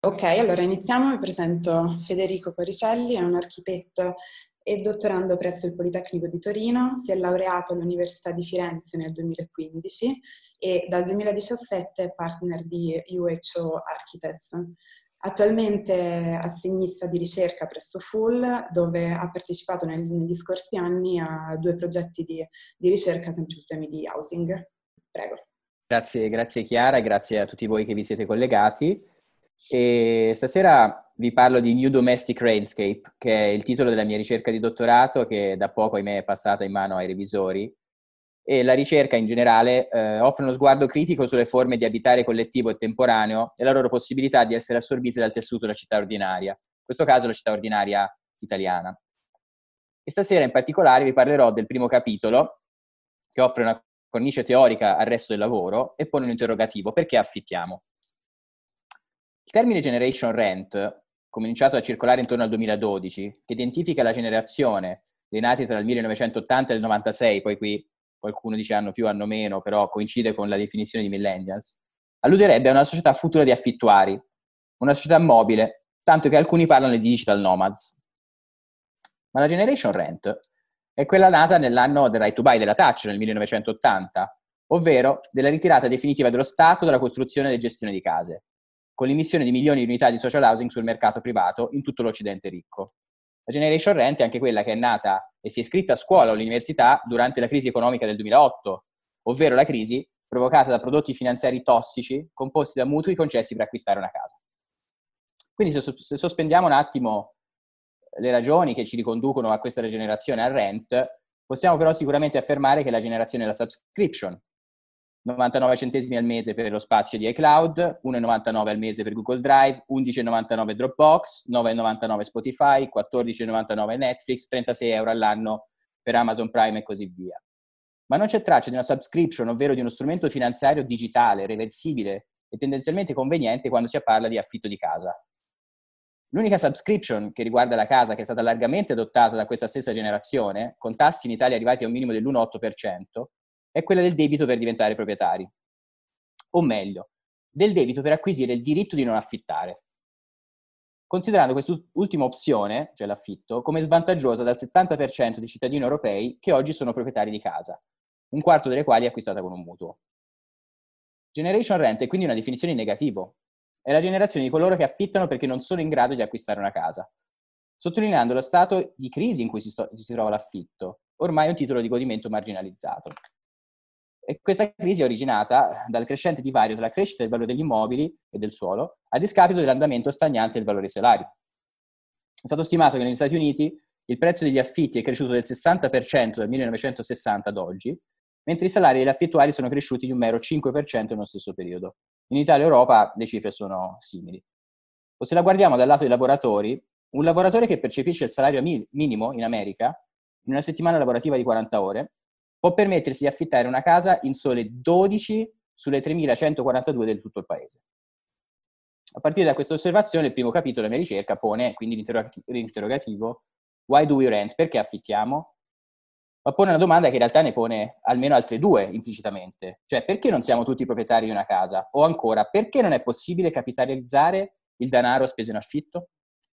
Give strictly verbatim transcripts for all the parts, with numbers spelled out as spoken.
Ok, allora iniziamo. Mi presento Federico Coricelli, è un architetto e dottorando presso il Politecnico di Torino, si è laureato all'Università di Firenze nel duemilaquindici e dal duemiladiciassette è partner di U H O Architects. Attualmente è assegnista di ricerca presso Full, dove ha partecipato nel- negli scorsi anni a due progetti di, di ricerca sempre su temi di housing. Prego. Grazie, grazie Chiara e grazie a tutti voi che vi siete collegati. E stasera vi parlo di New Domestic Landscape, che è il titolo della mia ricerca di dottorato che da poco, ahimè, è passata in mano ai revisori. E la ricerca in generale eh, offre uno sguardo critico sulle forme di abitare collettivo e temporaneo e la loro possibilità di essere assorbite dal tessuto della città ordinaria, in questo caso la città ordinaria italiana. E stasera in particolare vi parlerò del primo capitolo, che offre una cornice teorica al resto del lavoro e pone un interrogativo: perché affittiamo? Il termine generation rent, cominciato a circolare intorno al duemiladodici, che identifica la generazione dei nati tra il millenovecentottanta e il novantasei, poi qui qualcuno dice hanno più, hanno meno, però coincide con la definizione di millennials, alluderebbe a una società futura di affittuari, una società mobile, tanto che alcuni parlano di digital nomads. Ma la generation rent è quella nata nell'anno del right to buy della Thatcher, nel millenovecentottanta, ovvero della ritirata definitiva dello Stato dalla costruzione e gestione di case, con l'immissione di milioni di unità di social housing sul mercato privato in tutto l'Occidente ricco. La generation rent è anche quella che è nata e si è iscritta a scuola o all'università durante la crisi economica del duemilaotto, ovvero la crisi provocata da prodotti finanziari tossici composti da mutui concessi per acquistare una casa. Quindi se, se sospendiamo un attimo le ragioni che ci riconducono a questa rigenerazione al rent, possiamo però sicuramente affermare che la generazione della subscription, novantanove centesimi al mese per lo spazio di iCloud, uno virgola novantanove al mese per Google Drive, undici virgola novantanove Dropbox, nove virgola novantanove Spotify, quattordici virgola novantanove Netflix, trentasei euro all'anno per Amazon Prime e così via. Ma non c'è traccia di una subscription, ovvero di uno strumento finanziario digitale, reversibile e tendenzialmente conveniente quando si parla di affitto di casa. L'unica subscription che riguarda la casa, che è stata largamente adottata da questa stessa generazione, con tassi in Italia arrivati a un minimo dell'uno virgola otto per cento, è quella del debito per diventare proprietari. O meglio, del debito per acquisire il diritto di non affittare. Considerando quest'ultima opzione, cioè l'affitto, come svantaggiosa dal settanta per cento dei cittadini europei che oggi sono proprietari di casa, un quarto delle quali è acquistata con un mutuo. Generation rent è quindi una definizione in negativo. È la generazione di coloro che affittano perché non sono in grado di acquistare una casa, sottolineando lo stato di crisi in cui si, sto, si trova l'affitto, ormai un titolo di godimento marginalizzato. E questa crisi è originata dal crescente divario tra la crescita del valore degli immobili e del suolo, a discapito dell'andamento stagnante del valore dei salari. È stato stimato che negli Stati Uniti il prezzo degli affitti è cresciuto del sessanta per cento dal millenovecentosessanta ad oggi, mentre i salari degli affittuari sono cresciuti di un mero cinque per cento nello stesso periodo. In Italia e Europa le cifre sono simili. O se la guardiamo dal lato dei lavoratori, un lavoratore che percepisce il salario mi- minimo in America, in una settimana lavorativa di quaranta ore, può permettersi di affittare una casa in sole dodici sulle tremilacentoquarantadue del tutto il paese. A partire da questa osservazione, il primo capitolo della mia ricerca pone quindi l'interrogativo: why do we rent? Perché affittiamo? Ma pone una domanda che in realtà ne pone almeno altre due implicitamente, cioè perché non siamo tutti proprietari di una casa? O ancora, perché non è possibile capitalizzare il denaro speso in affitto?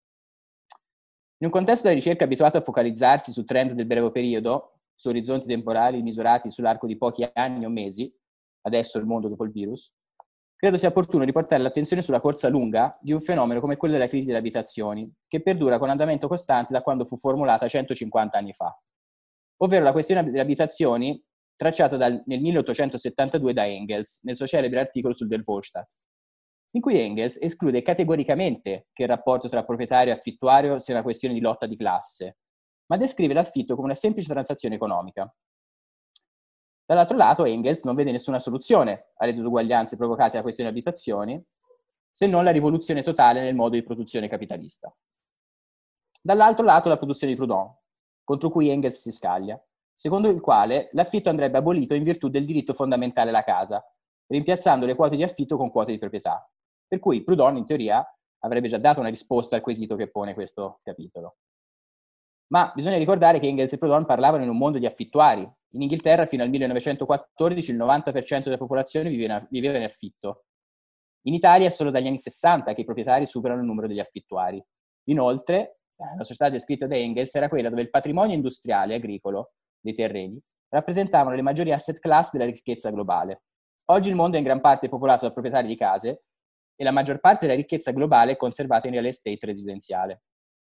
In un contesto della ricerca abituato a focalizzarsi su trend del breve periodo, su orizzonti temporali misurati sull'arco di pochi anni o mesi, adesso il mondo dopo il virus, credo sia opportuno riportare l'attenzione sulla corsa lunga di un fenomeno come quello della crisi delle abitazioni, che perdura con andamento costante da quando fu formulata centocinquanta anni fa, ovvero la questione delle abitazioni tracciata dal, nel milleottocentosettantadue da Engels, nel suo celebre articolo sul Der Wohlstand, in cui Engels esclude categoricamente che il rapporto tra proprietario e affittuario sia una questione di lotta di classe, ma descrive l'affitto come una semplice transazione economica. Dall'altro lato, Engels non vede nessuna soluzione alle disuguaglianze provocate da questioni di abitazioni, se non la rivoluzione totale nel modo di produzione capitalista. Dall'altro lato, la produzione di Proudhon, contro cui Engels si scaglia, secondo il quale l'affitto andrebbe abolito in virtù del diritto fondamentale alla casa, rimpiazzando le quote di affitto con quote di proprietà. Per cui Proudhon, in teoria, avrebbe già dato una risposta al quesito che pone questo capitolo. Ma bisogna ricordare che Engels e Proudhon parlavano in un mondo di affittuari. In Inghilterra fino al millenovecentoquattordici il novanta per cento della popolazione viveva in affitto. In Italia è solo dagli anni sessanta che i proprietari superano il numero degli affittuari. Inoltre, la società descritta da Engels era quella dove il patrimonio industriale e agricolo dei terreni rappresentavano le maggiori asset class della ricchezza globale. Oggi il mondo è in gran parte popolato da proprietari di case e la maggior parte della ricchezza globale è conservata in real estate residenziale.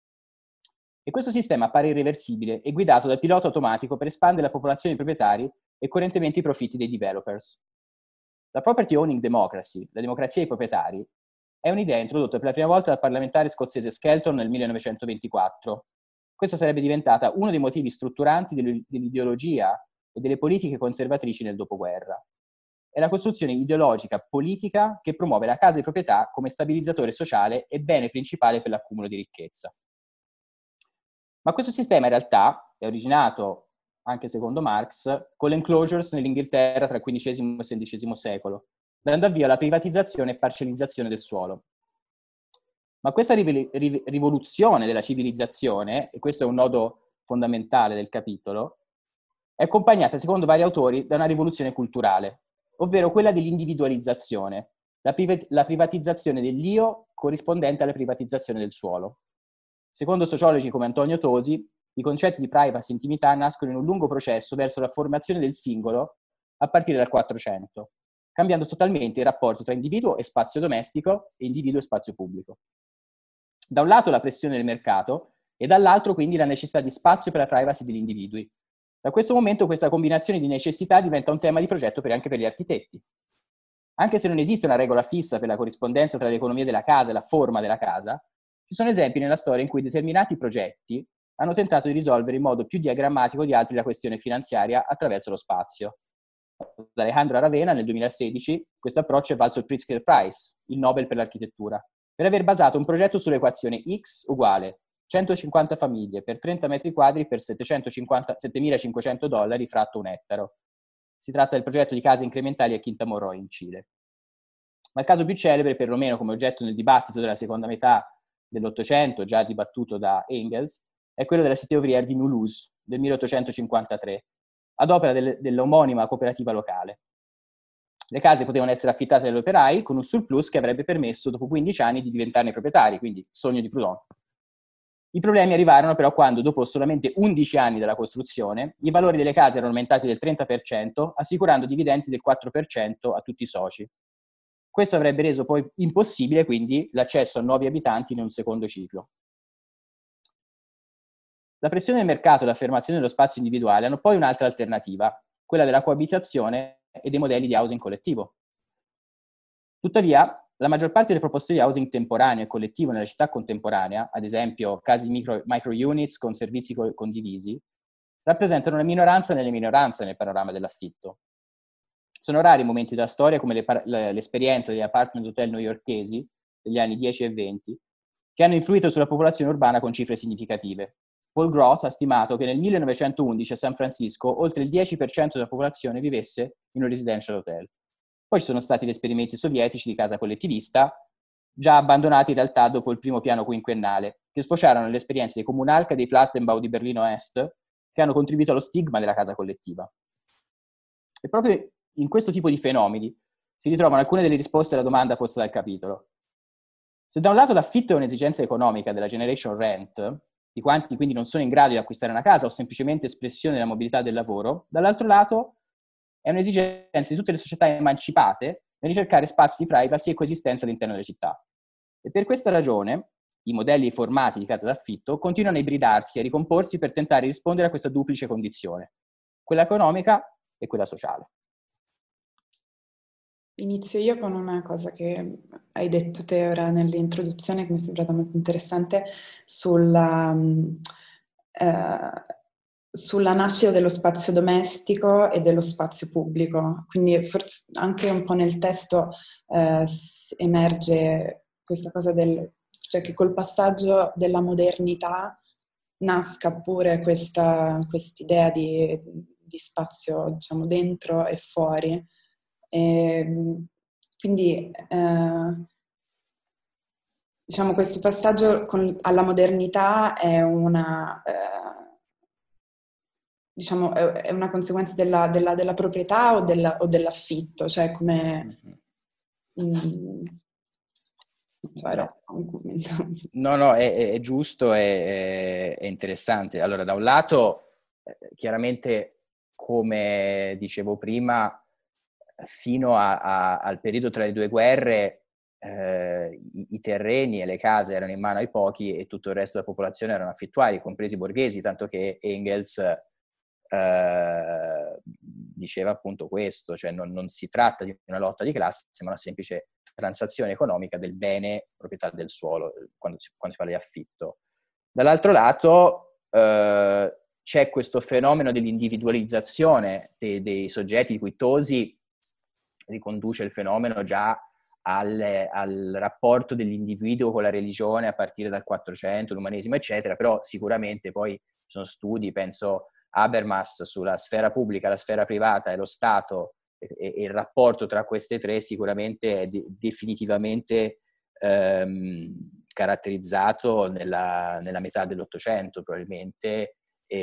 E questo sistema appare irreversibile e guidato dal pilota automatico per espandere la popolazione di proprietari e coerentemente i profitti dei developers. La property owning democracy, la democrazia dei proprietari, è un'idea introdotta per la prima volta dal parlamentare scozzese Skelton nel millenovecentoventiquattro. Questa sarebbe diventata uno dei motivi strutturanti dell'ideologia e delle politiche conservatrici nel dopoguerra. È la costruzione ideologica politica che promuove la casa di proprietà come stabilizzatore sociale e bene principale per l'accumulo di ricchezza. Ma questo sistema in realtà è originato, anche secondo Marx, con le enclosures nell'Inghilterra tra il quindicesimo e il sedicesimo secolo, dando avvio alla privatizzazione e parcellizzazione del suolo. Ma questa riv- riv- rivoluzione della civilizzazione, e questo è un nodo fondamentale del capitolo, è accompagnata, secondo vari autori, da una rivoluzione culturale, ovvero quella dell'individualizzazione, la, priv- la privatizzazione dell'io corrispondente alla privatizzazione del suolo. Secondo sociologi come Antonio Tosi, i concetti di privacy e intimità nascono in un lungo processo verso la formazione del singolo a partire dal Quattrocento, cambiando totalmente il rapporto tra individuo e spazio domestico e individuo e spazio pubblico. Da un lato la pressione del mercato e dall'altro quindi la necessità di spazio per la privacy degli individui. Da questo momento questa combinazione di necessità diventa un tema di progetto per, anche per gli architetti. Anche se non esiste una regola fissa per la corrispondenza tra l'economia della casa e la forma della casa, ci sono esempi nella storia in cui determinati progetti hanno tentato di risolvere in modo più diagrammatico di altri la questione finanziaria attraverso lo spazio. Da Alejandro Aravena nel duemilasedici questo approccio è valso il Pritzker Prize, il Nobel per l'architettura, per aver basato un progetto sull'equazione X uguale centocinquanta famiglie per trenta metri quadri per settemilacinquecento dollari fratto un ettaro. Si tratta del progetto di case incrementali a Quintamoroy in Cile. Ma il caso più celebre, perlomeno come oggetto nel dibattito della seconda metà dell'Ottocento, già dibattuto da Engels, è quello della Cité ouvrière di Mulhouse del milleottocentocinquantatré, ad opera del, dell'omonima cooperativa locale. Le case potevano essere affittate dagli operai con un surplus che avrebbe permesso dopo quindici anni di diventarne proprietari, quindi sogno di Proudhon. I problemi arrivarono però quando, dopo solamente undici anni dalla costruzione, i valori delle case erano aumentati del trenta per cento, assicurando dividendi del quattro per cento a tutti i soci. Questo avrebbe reso poi impossibile quindi l'accesso a nuovi abitanti in un secondo ciclo. La pressione del mercato e l'affermazione dello spazio individuale hanno poi un'altra alternativa, quella della coabitazione e dei modelli di housing collettivo. Tuttavia, la maggior parte delle proposte di housing temporaneo e collettivo nella città contemporanea, ad esempio casi micro, micro units con servizi co- condivisi, rappresentano una minoranza nelle minoranze nel panorama dell'affitto. Sono rari i momenti della storia come le, l'esperienza degli apartment hotel newyorkesi degli anni dieci e venti che hanno influito sulla popolazione urbana con cifre significative. Paul Groth ha stimato che nel millenovecentoundici a San Francisco oltre il dieci per cento della popolazione vivesse in un residential hotel. Poi ci sono stati gli esperimenti sovietici di casa collettivista, già abbandonati in realtà dopo il primo piano quinquennale, che sfociarono nelle esperienze dei Kommunalka e dei Plattenbau di Berlino Est, che hanno contribuito allo stigma della casa collettiva. E proprio in questo tipo di fenomeni si ritrovano alcune delle risposte alla domanda posta dal capitolo. Se da un lato l'affitto è un'esigenza economica della generation rent, di quanti quindi non sono in grado di acquistare una casa o semplicemente espressione della mobilità del lavoro, dall'altro lato è un'esigenza di tutte le società emancipate nel ricercare spazi di privacy e coesistenza all'interno delle città. E per questa ragione i modelli formati di casa d'affitto continuano a ibridarsi e a ricomporsi per tentare di rispondere a questa duplice condizione, quella economica e quella sociale. Inizio io con una cosa che hai detto te ora nell'introduzione che mi è sembrata molto interessante sulla, eh, sulla nascita dello spazio domestico e dello spazio pubblico. Quindi forse anche un po' nel testo eh, emerge questa cosa del, cioè che col passaggio della modernità nasca pure questa quest'idea di, di spazio, diciamo, dentro e fuori. E quindi eh, diciamo questo passaggio con, alla modernità è una, eh, diciamo, è, è una conseguenza della, della, della proprietà o, della, o dell'affitto, cioè come... Mm, Cioè, No, un commento. no, no, è, è giusto, è, è interessante. Allora, da un lato, eh, chiaramente, come dicevo prima, fino a- a- al periodo tra le due guerre, eh, i, i terreni e le case erano in mano ai pochi e tutto il resto della popolazione erano affittuari, compresi i borghesi, tanto che Engels eh, diceva appunto questo, cioè non, non si tratta di una lotta di classe, ma una semplice transazione economica del bene proprietà del suolo, quando si, quando si parla di affitto. Dall'altro lato eh, c'è questo fenomeno dell'individualizzazione dei, dei soggetti di cui Tosi riconduce il fenomeno già al, al rapporto dell'individuo con la religione a partire dal Quattrocento, l'umanesimo, eccetera, però sicuramente poi ci sono studi, penso Habermas sulla sfera pubblica, la sfera privata e lo Stato, e, e il rapporto tra queste tre sicuramente è de- definitivamente ehm, caratterizzato nella, nella metà dell'Ottocento probabilmente,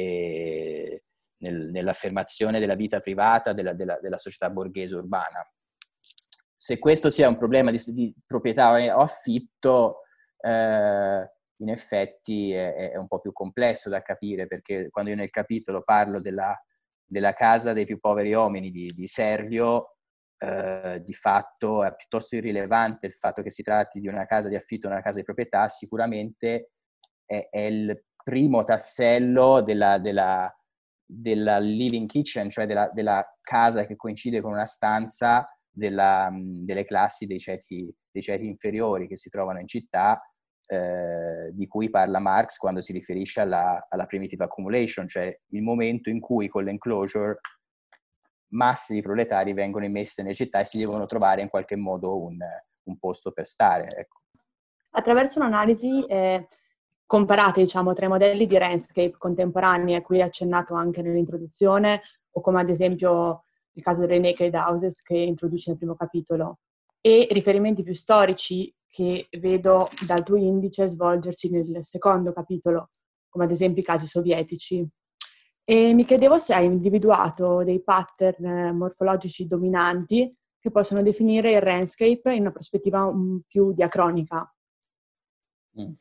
e nel, nell'affermazione della vita privata della, della, della società borghese urbana. Se questo sia un problema di, di proprietà o affitto, eh, in effetti è, è un po' più complesso da capire, perché quando io nel capitolo parlo della, della casa dei più poveri uomini di, di Servio, eh, di fatto è piuttosto irrilevante il fatto che si tratti di una casa di affitto o una casa di proprietà, sicuramente è, è il primo tassello della, della, della living kitchen, cioè della, della casa che coincide con una stanza della, delle classi dei ceti, dei ceti inferiori che si trovano in città, eh, di cui parla Marx quando si riferisce alla, alla primitive accumulation, cioè il momento in cui con l'enclosure masse di proletari vengono immesse nelle città e si devono trovare in qualche modo un, un posto per stare. Ecco. Attraverso un'analisi eh, comparata, diciamo, tra i modelli di landscape contemporanei a cui hai accennato anche nell'introduzione, o come ad esempio il caso delle naked houses che introduce nel primo capitolo, e riferimenti più storici che vedo dal tuo indice svolgersi nel secondo capitolo, come ad esempio i casi sovietici. E mi chiedevo se hai individuato dei pattern morfologici dominanti che possono definire il landscape in una prospettiva un più diacronica. Mm.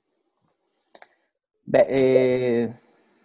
Beh, eh,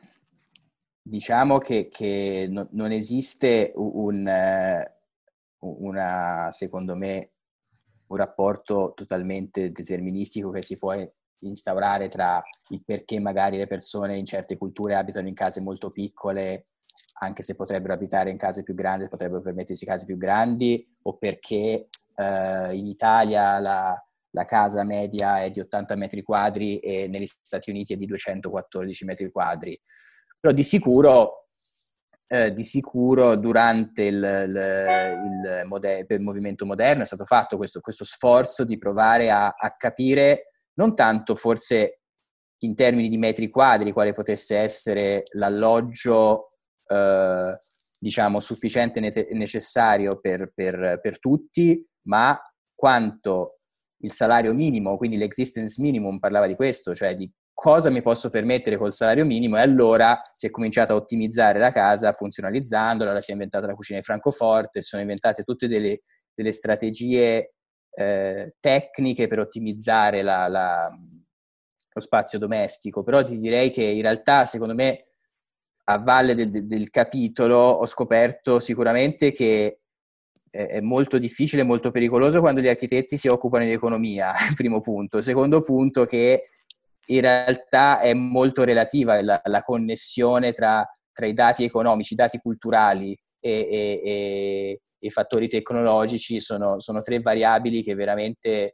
diciamo che, che no, non esiste un, eh, una, secondo me, un rapporto totalmente deterministico che si può instaurare tra il perché magari le persone in certe culture abitano in case molto piccole, anche se potrebbero abitare in case più grandi, potrebbero permettersi case più grandi, o perché eh, in Italia la, la casa media è di ottanta metri quadri e negli Stati Uniti è di duecentoquattordici metri quadri. Però di sicuro, eh, di sicuro durante il, il, il, moder- il movimento moderno è stato fatto questo, questo sforzo di provare a, a capire non tanto forse in termini di metri quadri quale potesse essere l'alloggio eh, diciamo sufficiente e necessario per, per, per tutti, ma quanto il salario minimo, quindi l'existence minimum parlava di questo, cioè di cosa mi posso permettere col salario minimo, e allora si è cominciato a ottimizzare la casa funzionalizzandola, allora si è inventata la cucina di Francoforte, si sono inventate tutte delle, delle strategie eh, tecniche per ottimizzare la, la, lo spazio domestico, però ti direi che in realtà secondo me a valle del, del capitolo ho scoperto sicuramente che è molto difficile e molto pericoloso quando gli architetti si occupano di economia, primo punto. Secondo punto, che in realtà è molto relativa la, la connessione tra, tra i dati economici, i dati culturali e, e, e i fattori tecnologici sono, sono tre variabili che veramente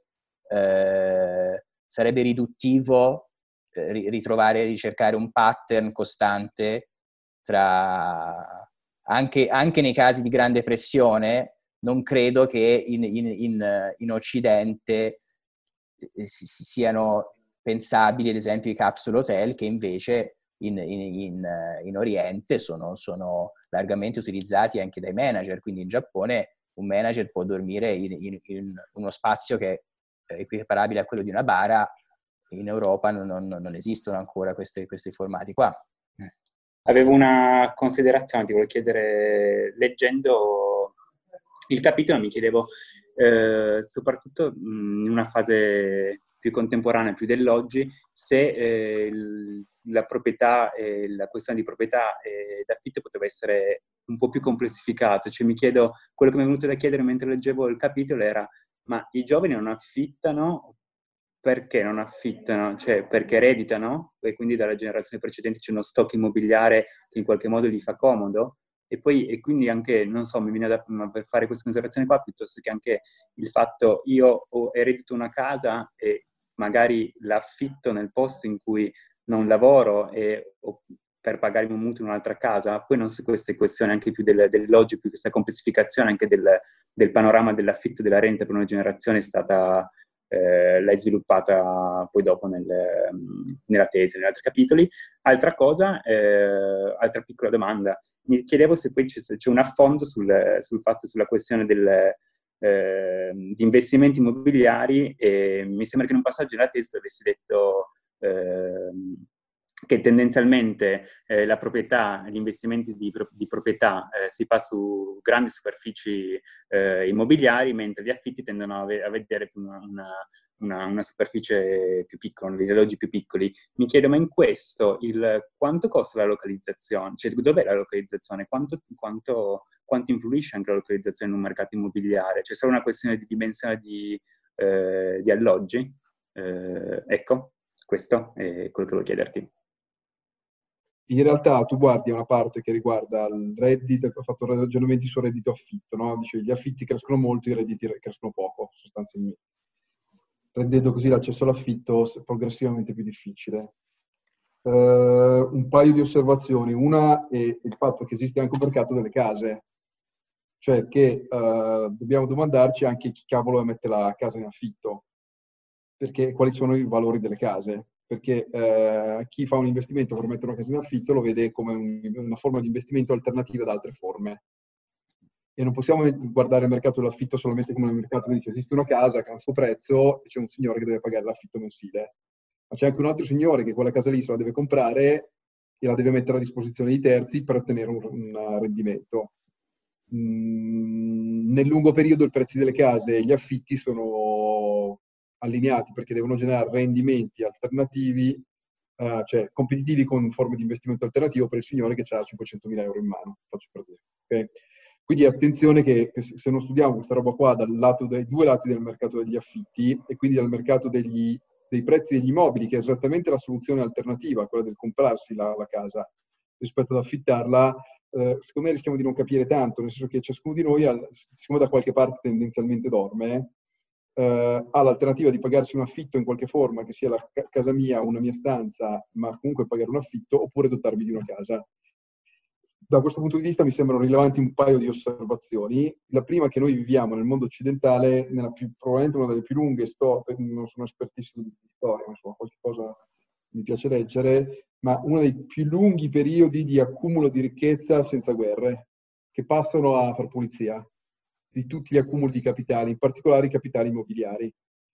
eh, sarebbe riduttivo eh, ritrovare e ricercare un pattern costante tra anche, anche nei casi di grande pressione. Non credo che in, in, in, in Occidente si, si siano pensabili, ad esempio, i capsule hotel, che invece in, in, in Oriente sono, sono largamente utilizzati anche dai manager. Quindi in Giappone un manager può dormire in, in, in uno spazio che è equiparabile a quello di una bara. In Europa non, non, non esistono ancora questi, questi formati qua. Avevo una considerazione, ti volevo chiedere, leggendo il capitolo mi chiedevo eh, soprattutto mh, in una fase più contemporanea, più dell'oggi, se eh, il, la proprietà, e la questione di proprietà e d'affitto poteva essere un po' più complessificato. Cioè mi chiedo, quello che mi è venuto da chiedere mentre leggevo il capitolo era: ma i giovani non affittano? Perché non affittano? Cioè, perché ereditano e quindi dalla generazione precedente c'è uno stock immobiliare che in qualche modo gli fa comodo? E poi, e quindi anche, non so, mi viene da, per fare questa considerazione qua, piuttosto che anche il fatto, io ho eredito una casa e magari l'affitto nel posto in cui non lavoro e, o per pagarmi un mutuo in un'altra casa, poi non so, queste questioni anche più del, dell'oggi, più questa complessificazione anche del, del panorama dell'affitto e della renta per una generazione è stata, eh, l'hai sviluppata poi dopo nel, nella tesi, negli altri capitoli. Altra cosa, eh, altra piccola domanda, mi chiedevo se poi c'è, c'è un affondo sul, sul fatto, sulla questione del, eh, di investimenti immobiliari, e mi sembra che in un passaggio della tesi tu avessi detto eh, che tendenzialmente eh, la proprietà, gli investimenti di, di proprietà eh, si fa su grandi superfici eh, immobiliari, mentre gli affitti tendono a, ve- a vedere una, una, una, una superficie più piccola, degli alloggi più piccoli. Mi chiedo, ma in questo il, quanto costa la localizzazione? Cioè, dov'è la localizzazione? Quanto, quanto, quanto influisce anche la localizzazione in un mercato immobiliare? C'è solo una questione di dimensione di, eh, di alloggi? Eh, ecco, questo è quello che volevo chiederti. In realtà tu guardi una parte che riguarda il reddito, ho fatto ragionamenti su reddito affitto, no? Dice, gli affitti crescono molto, i redditi crescono poco, sostanzialmente. Rendendo così l'accesso all'affitto progressivamente più difficile. Uh, un paio di osservazioni. Una è il fatto che esiste anche un mercato delle case, cioè che uh, dobbiamo domandarci anche chi cavolo mette la casa in affitto, perché quali sono i valori delle case. Perché eh, chi fa un investimento per mettere una casa in affitto lo vede come un, una forma di investimento alternativa ad altre forme. E non possiamo guardare il mercato dell'affitto solamente come un mercato che dice esiste una casa che ha un suo prezzo e c'è un signore che deve pagare l'affitto mensile. Ma c'è anche un altro signore che quella casa lì se la deve comprare e la deve mettere a disposizione di terzi per ottenere un, un rendimento. Mm, nel lungo periodo i prezzi delle case e gli affitti sono allineati perché devono generare rendimenti alternativi, eh, cioè competitivi con forme di investimento alternativo per il signore che ha cinquecentomila euro in mano, faccio per dire. Okay? Quindi attenzione che, che se non studiamo questa roba qua dal lato dei due lati del mercato degli affitti e quindi dal mercato degli, dei prezzi degli immobili, che è esattamente la soluzione alternativa, quella del comprarsi la, la casa rispetto ad affittarla, eh, secondo me rischiamo di non capire tanto, nel senso che ciascuno di noi, al, siccome da qualche parte tendenzialmente dorme, eh, ha l'alternativa di pagarsi un affitto in qualche forma, che sia la ca- casa mia, una mia stanza, ma comunque pagare un affitto, oppure dotarmi di una casa. Da questo punto di vista mi sembrano rilevanti un paio di osservazioni. La prima, che noi viviamo nel mondo occidentale, nella più, probabilmente una delle più lunghe storie, non sono espertissimo di storia, ma insomma qualche cosa mi piace leggere, ma uno dei più lunghi periodi di accumulo di ricchezza senza guerre, che passano a far pulizia di tutti gli accumuli di capitali, in particolare i capitali immobiliari.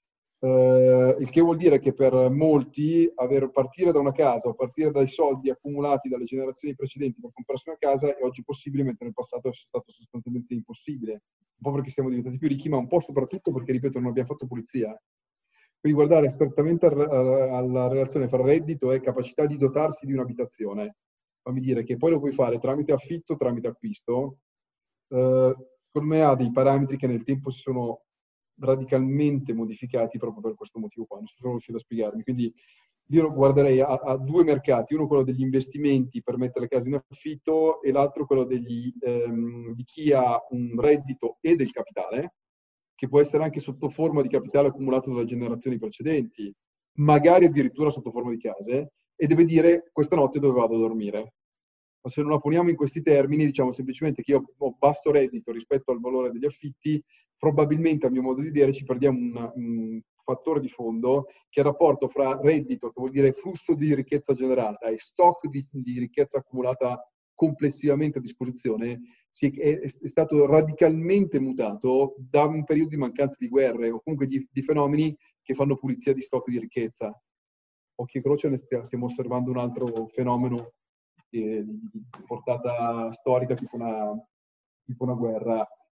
Uh, il che vuol dire che per molti aver partire da una casa o partire dai soldi accumulati dalle generazioni precedenti per comprarsi una casa è oggi possibile, mentre nel passato è stato sostanzialmente impossibile. Un po' perché siamo diventati più ricchi, ma un po' soprattutto perché, ripeto, non abbiamo fatto pulizia. Quindi guardare strettamente alla relazione fra reddito e capacità di dotarsi di un'abitazione. Fammi dire che poi lo puoi fare tramite affitto, tramite acquisto. Uh, secondo me ha dei parametri che nel tempo si sono radicalmente modificati proprio per questo motivo qua, non so se sono riuscito a spiegarmi. Quindi io guarderei a, a due mercati, uno quello degli investimenti per mettere le case in affitto e l'altro quello degli, ehm, di chi ha un reddito e del capitale, che può essere anche sotto forma di capitale accumulato dalle generazioni precedenti, magari addirittura sotto forma di case, e deve dire questa notte dove vado a dormire. Ma se non la poniamo in questi termini, diciamo semplicemente che io ho basso reddito rispetto al valore degli affitti, probabilmente a mio modo di dire ci perdiamo un, un fattore di fondo che è il rapporto fra reddito, che vuol dire flusso di ricchezza generata, e stock di, di ricchezza accumulata complessivamente a disposizione, si è, è, è stato radicalmente mutato da un periodo di mancanza di guerre o comunque di, di fenomeni che fanno pulizia di stock di ricchezza. Occhio e croce, ne stiamo osservando un altro fenomeno di portata storica, tipo una, tipo una guerra.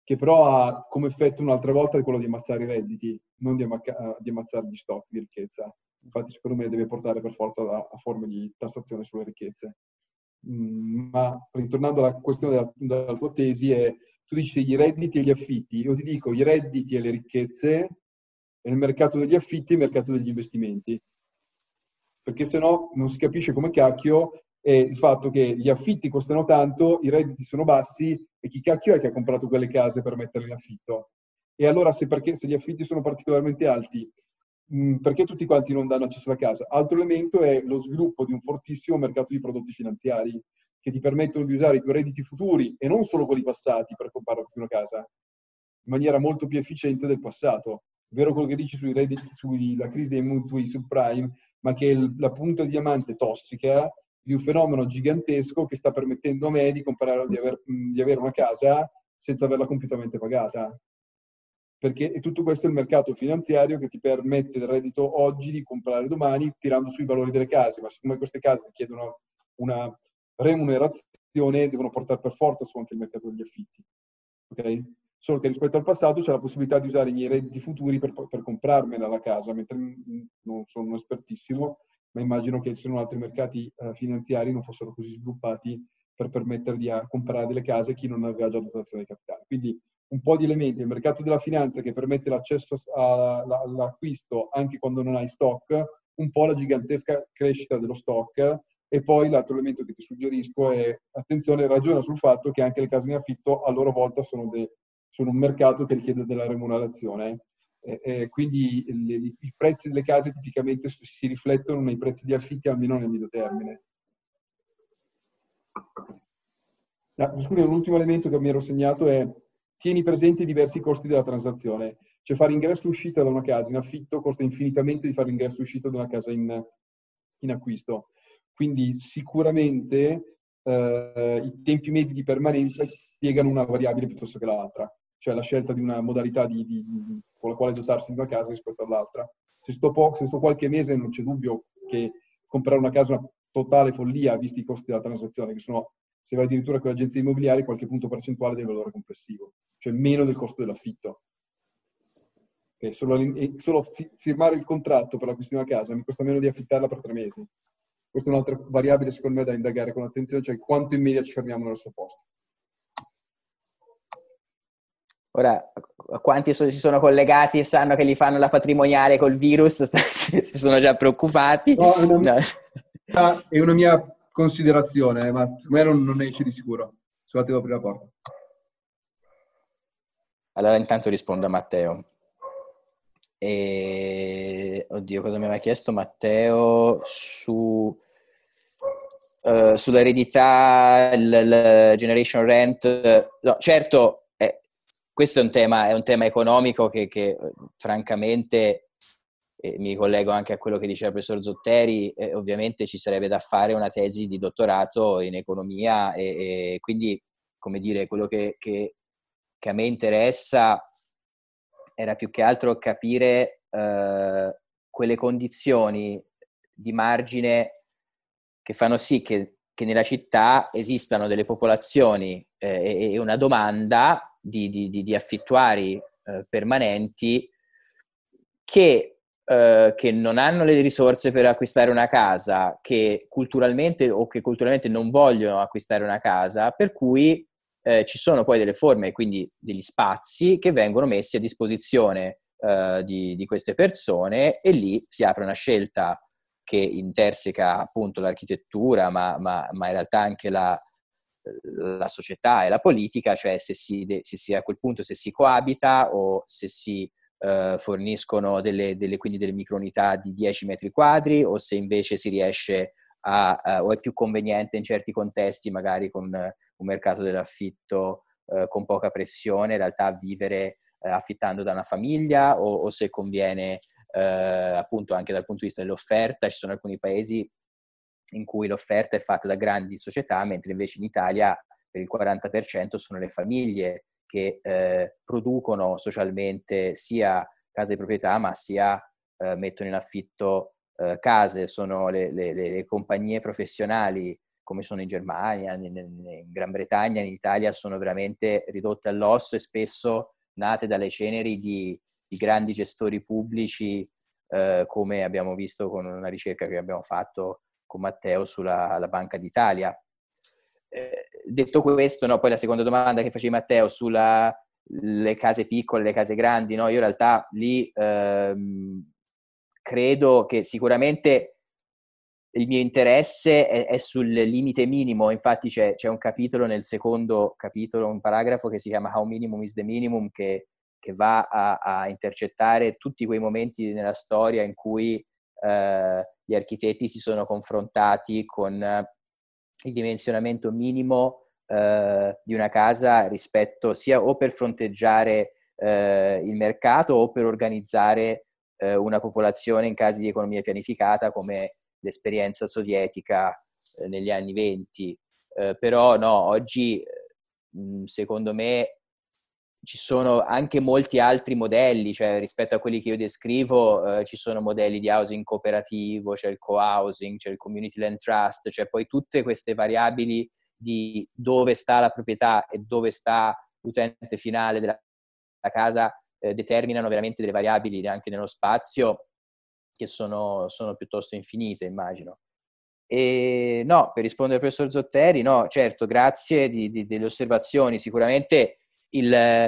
che però ha come effetto un'altra volta quello di ammazzare i redditi, non di, ammacca- di ammazzare gli stock di ricchezza. Infatti secondo me deve portare per forza a, a forme di tassazione sulle ricchezze. Mm, ma ritornando alla questione della, della tua tesi, è, tu dici i redditi e gli affitti, io ti dico i redditi e le ricchezze, e il mercato degli affitti e il mercato degli investimenti. Perché se no non si capisce come cacchio è il fatto che gli affitti costano tanto, i redditi sono bassi e chi cacchio è che ha comprato quelle case per metterle in affitto? E allora se, perché, se gli affitti sono particolarmente alti, mh, perché tutti quanti non danno accesso alla casa? Altro elemento è lo sviluppo di un fortissimo mercato di prodotti finanziari che ti permettono di usare i tuoi redditi futuri e non solo quelli passati per comprare una casa, in maniera molto più efficiente del passato. È vero quello che dici sui redditi, sulla crisi dei mutui subprime, ma che è il, la punta di diamante tossica di un fenomeno gigantesco che sta permettendo a me di, comprare, di, aver, di avere una casa senza averla completamente pagata. Perché è tutto questo è il mercato finanziario che ti permette il reddito oggi di comprare domani tirando sui valori delle case, ma siccome queste case chiedono una remunerazione devono portare per forza su anche il mercato degli affitti. Ok? Solo che rispetto al passato c'è la possibilità di usare i miei redditi futuri per, per comprarmela la casa, mentre non sono un espertissimo, ma immagino che se non altri mercati eh, finanziari non fossero così sviluppati per permettergli a comprare delle case a chi non aveva già dotazione di capitale. Quindi un po' di elementi, il mercato della finanza che permette l'accesso all'acquisto anche quando non hai stock, un po' la gigantesca crescita dello stock, e poi l'altro elemento che ti suggerisco è, attenzione, ragiona sul fatto che anche le case in affitto a loro volta sono, de, sono un mercato che richiede della remunerazione. Eh, eh, quindi le, i prezzi delle case tipicamente si riflettono nei prezzi di affitti almeno nel medio termine. Ah, scusa, un ultimo elemento che mi ero segnato è tieni presente i diversi costi della transazione. Cioè fare ingresso e uscita da una casa in affitto costa infinitamente di fare ingresso e uscita da una casa in, in acquisto. Quindi sicuramente eh, i tempi medi di permanenza spiegano una variabile piuttosto che l'altra, cioè la scelta di una modalità di, di, di, con la quale dotarsi di una casa rispetto all'altra. Se sto, po- se sto qualche mese non c'è dubbio che comprare una casa è una totale follia visti i costi della transazione, che sono, se vai addirittura con le agenzie immobiliari, qualche punto percentuale del valore complessivo, cioè meno del costo dell'affitto. Okay, solo, solo fi- firmare il contratto per l'acquisto di una casa mi costa meno di affittarla per tre mesi. Questa è un'altra variabile secondo me da indagare con attenzione, cioè quanto in media ci fermiamo nel nostro posto. Ora, quanti so- si sono collegati e sanno che gli fanno la patrimoniale col virus, si sono già preoccupati. No, è una mia, no. è una mia considerazione, ma per me non, non esce di sicuro. Scusate, devo aprire la porta. Allora intanto rispondo a Matteo. E... Oddio, cosa mi aveva chiesto Matteo su... Uh, sull'eredità, il, il generation rent? No, certo, eh, questo è un tema, è un tema economico che, che francamente, eh, mi collego anche a quello che diceva il professor Zotteri, eh, ovviamente ci sarebbe da fare una tesi di dottorato in economia e, e quindi, come dire, quello che, che, che a me interessa era più che altro capire eh, quelle condizioni di margine che fanno sì che, che nella città esistano delle popolazioni eh, e una domanda di, di, di affittuari eh, permanenti che, eh, che non hanno le risorse per acquistare una casa, che culturalmente o che culturalmente non vogliono acquistare una casa, per cui eh, ci sono poi delle forme, quindi degli spazi che vengono messi a disposizione eh, di, di queste persone e lì si apre una scelta che interseca appunto l'architettura, ma, ma, ma in realtà anche la, la società e la politica, cioè se si, se si a quel punto se si coabita o se si eh, forniscono delle, delle, quindi delle microunità di dieci metri quadri o se invece si riesce a, a o è più conveniente in certi contesti magari con un mercato dell'affitto eh, con poca pressione in realtà vivere eh, affittando da una famiglia o, o se conviene eh, appunto anche dal punto di vista dell'offerta. Ci sono alcuni paesi in cui l'offerta è fatta da grandi società, mentre invece in Italia per il quaranta per cento sono le famiglie che eh, producono socialmente sia case di proprietà, ma sia eh, mettono in affitto eh, case, sono le, le, le compagnie professionali come sono in Germania, in, in Gran Bretagna, in Italia, sono veramente ridotte all'osso e spesso nate dalle ceneri di, di grandi gestori pubblici, eh, come abbiamo visto con una ricerca che abbiamo fatto con Matteo sulla la Banca d'Italia. Eh, detto questo, no, poi la seconda domanda che facevi, Matteo, sulla le case piccole, le case grandi, no? Io in realtà lì ehm, credo che sicuramente il mio interesse è, è sul limite minimo. Infatti c'è, c'è un capitolo nel secondo capitolo, un paragrafo che si chiama How Minimum is the Minimum, che, che va a, a intercettare tutti quei momenti nella storia in cui eh, gli architetti si sono confrontati con il dimensionamento minimo eh, di una casa rispetto sia o per fronteggiare eh, il mercato o per organizzare eh, una popolazione in casi di economia pianificata, come l'esperienza sovietica eh, negli anni venti. Eh, però no, oggi mh, secondo me ci sono anche molti altri modelli, cioè rispetto a quelli che io descrivo eh, ci sono modelli di housing cooperativo, c'è il co-housing, c'è il community land trust, c'è poi tutte queste variabili di dove sta la proprietà e dove sta l'utente finale della casa eh, determinano veramente delle variabili anche nello spazio che sono, sono piuttosto infinite, immagino. E no, per rispondere al professor Zotteri, no, certo, grazie di, di, delle osservazioni. Sicuramente il,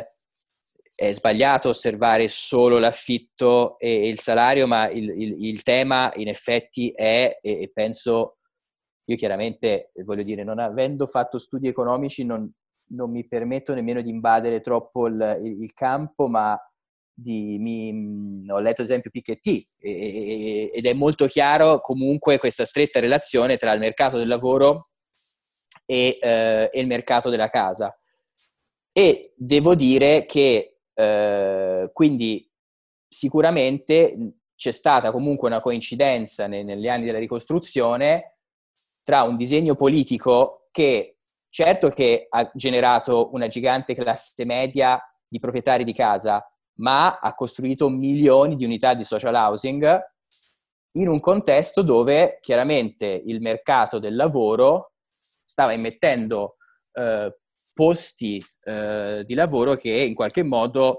è sbagliato osservare solo l'affitto e, e il salario, ma il, il, il tema in effetti è, e, e penso, io chiaramente, voglio dire, non avendo fatto studi economici, non, non mi permetto nemmeno di invadere troppo il, il, il campo, ma Di, mi, ho letto ad esempio Piketty e, e, ed è molto chiaro comunque questa stretta relazione tra il mercato del lavoro e, eh, e il mercato della casa. E devo dire che eh, quindi sicuramente c'è stata comunque una coincidenza nei, negli anni della ricostruzione tra un disegno politico che certo che ha generato una gigante classe media di proprietari di casa, ma ha costruito milioni di unità di social housing in un contesto dove chiaramente il mercato del lavoro stava immettendo eh, posti eh, di lavoro che in qualche modo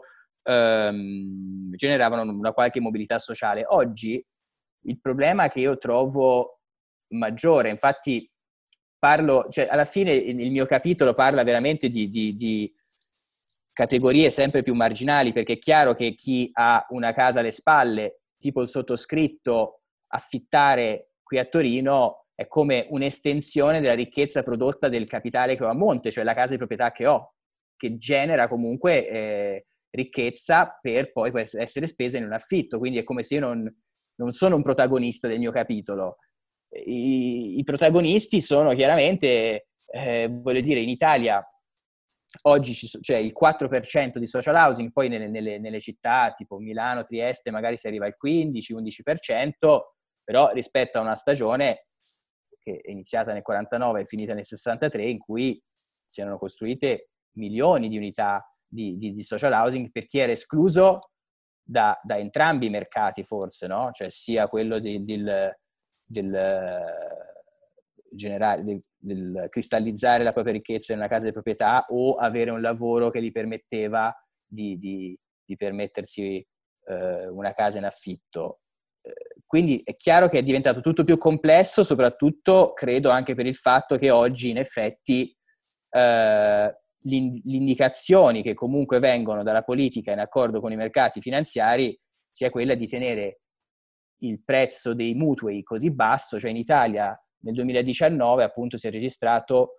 ehm, generavano una qualche mobilità sociale. Oggi il problema che io trovo maggiore, infatti parlo, cioè alla fine il mio capitolo parla veramente di, di, di categorie sempre più marginali, perché è chiaro che chi ha una casa alle spalle, tipo il sottoscritto, affittare qui a Torino è come un'estensione della ricchezza prodotta del capitale che ho a monte, cioè la casa di proprietà che ho, che genera comunque eh, ricchezza per poi essere spesa in un affitto. Quindi è come se io non, non sono un protagonista del mio capitolo. I, i protagonisti sono chiaramente, eh, voglio dire, in Italia oggi c'è cioè il quattro per cento di social housing, poi nelle, nelle, nelle città tipo Milano, Trieste magari si arriva al quindici undici per cento, però rispetto a una stagione che è iniziata nel quarantanove e finita nel sessantatré, in cui si erano costruite milioni di unità di, di, di social housing per chi era escluso da, da entrambi i mercati forse, no? Cioè sia quello di, del, del generare, del, del cristallizzare la propria ricchezza in una casa di proprietà o avere un lavoro che gli permetteva di, di, di permettersi eh, una casa in affitto. Eh, quindi è chiaro che è diventato tutto più complesso, soprattutto credo anche per il fatto che oggi in effetti eh, le indicazioni che comunque vengono dalla politica in accordo con i mercati finanziari sia quella di tenere il prezzo dei mutui così basso, cioè in Italia nel duemiladiciannove appunto si è registrato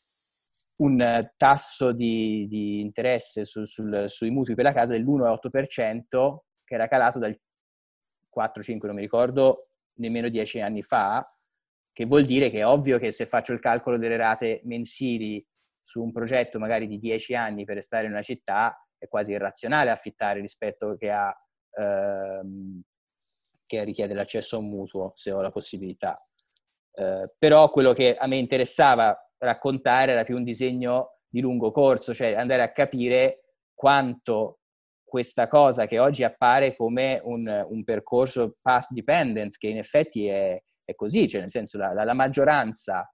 un tasso di, di interesse su, sul, sui mutui per la casa dell'uno virgola otto per cento, che era calato dal quattro cinque, non mi ricordo, nemmeno dieci anni fa, che vuol dire che è ovvio che se faccio il calcolo delle rate mensili su un progetto magari di dieci anni per restare in una città, è quasi irrazionale affittare rispetto che a ehm, che richiede l'accesso a un mutuo, se ho la possibilità. Eh, però quello che a me interessava raccontare era più un disegno di lungo corso, cioè andare a capire quanto questa cosa che oggi appare come un, un percorso path dependent, che in effetti è, è così, cioè nel senso la, la, la maggioranza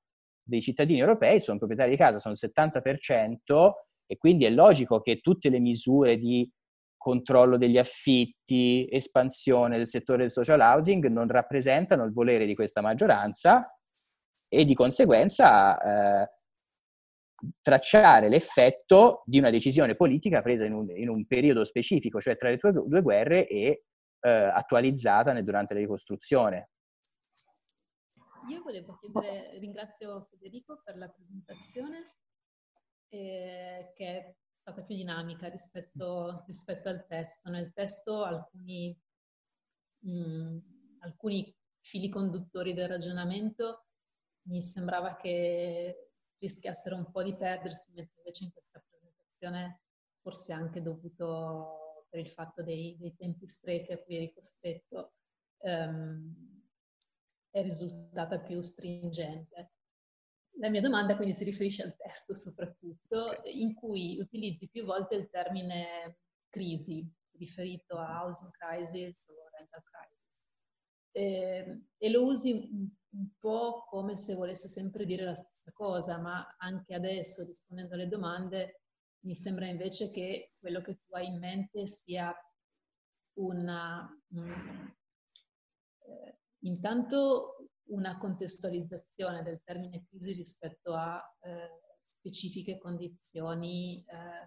dei cittadini europei sono proprietari di casa, sono il settanta per cento, e quindi è logico che tutte le misure di controllo degli affitti, espansione del settore del social housing non rappresentano il volere di questa maggioranza e di conseguenza eh, tracciare l'effetto di una decisione politica presa in un, in un periodo specifico, cioè tra le due, due guerre, e eh, attualizzata nel, durante la ricostruzione. Io volevo chiedere, ringrazio Federico per la presentazione, eh, che è stata più dinamica rispetto, rispetto al testo. Nel testo alcuni, mh, alcuni fili conduttori del ragionamento mi sembrava che rischiassero un po' di perdersi, mentre invece in questa presentazione, forse anche dovuto per il fatto dei, dei tempi stretti a cui eri costretto, ehm, è risultata più stringente. La mia domanda quindi si riferisce al testo soprattutto, okay, in cui utilizzi più volte il termine crisi, riferito a housing crisis o rental crisis, e, e lo usi un, un po' come se volesse sempre dire la stessa cosa, ma anche adesso, rispondendo alle domande, mi sembra invece che quello che tu hai in mente sia una... Um, eh, intanto una contestualizzazione del termine crisi rispetto a eh, specifiche condizioni eh,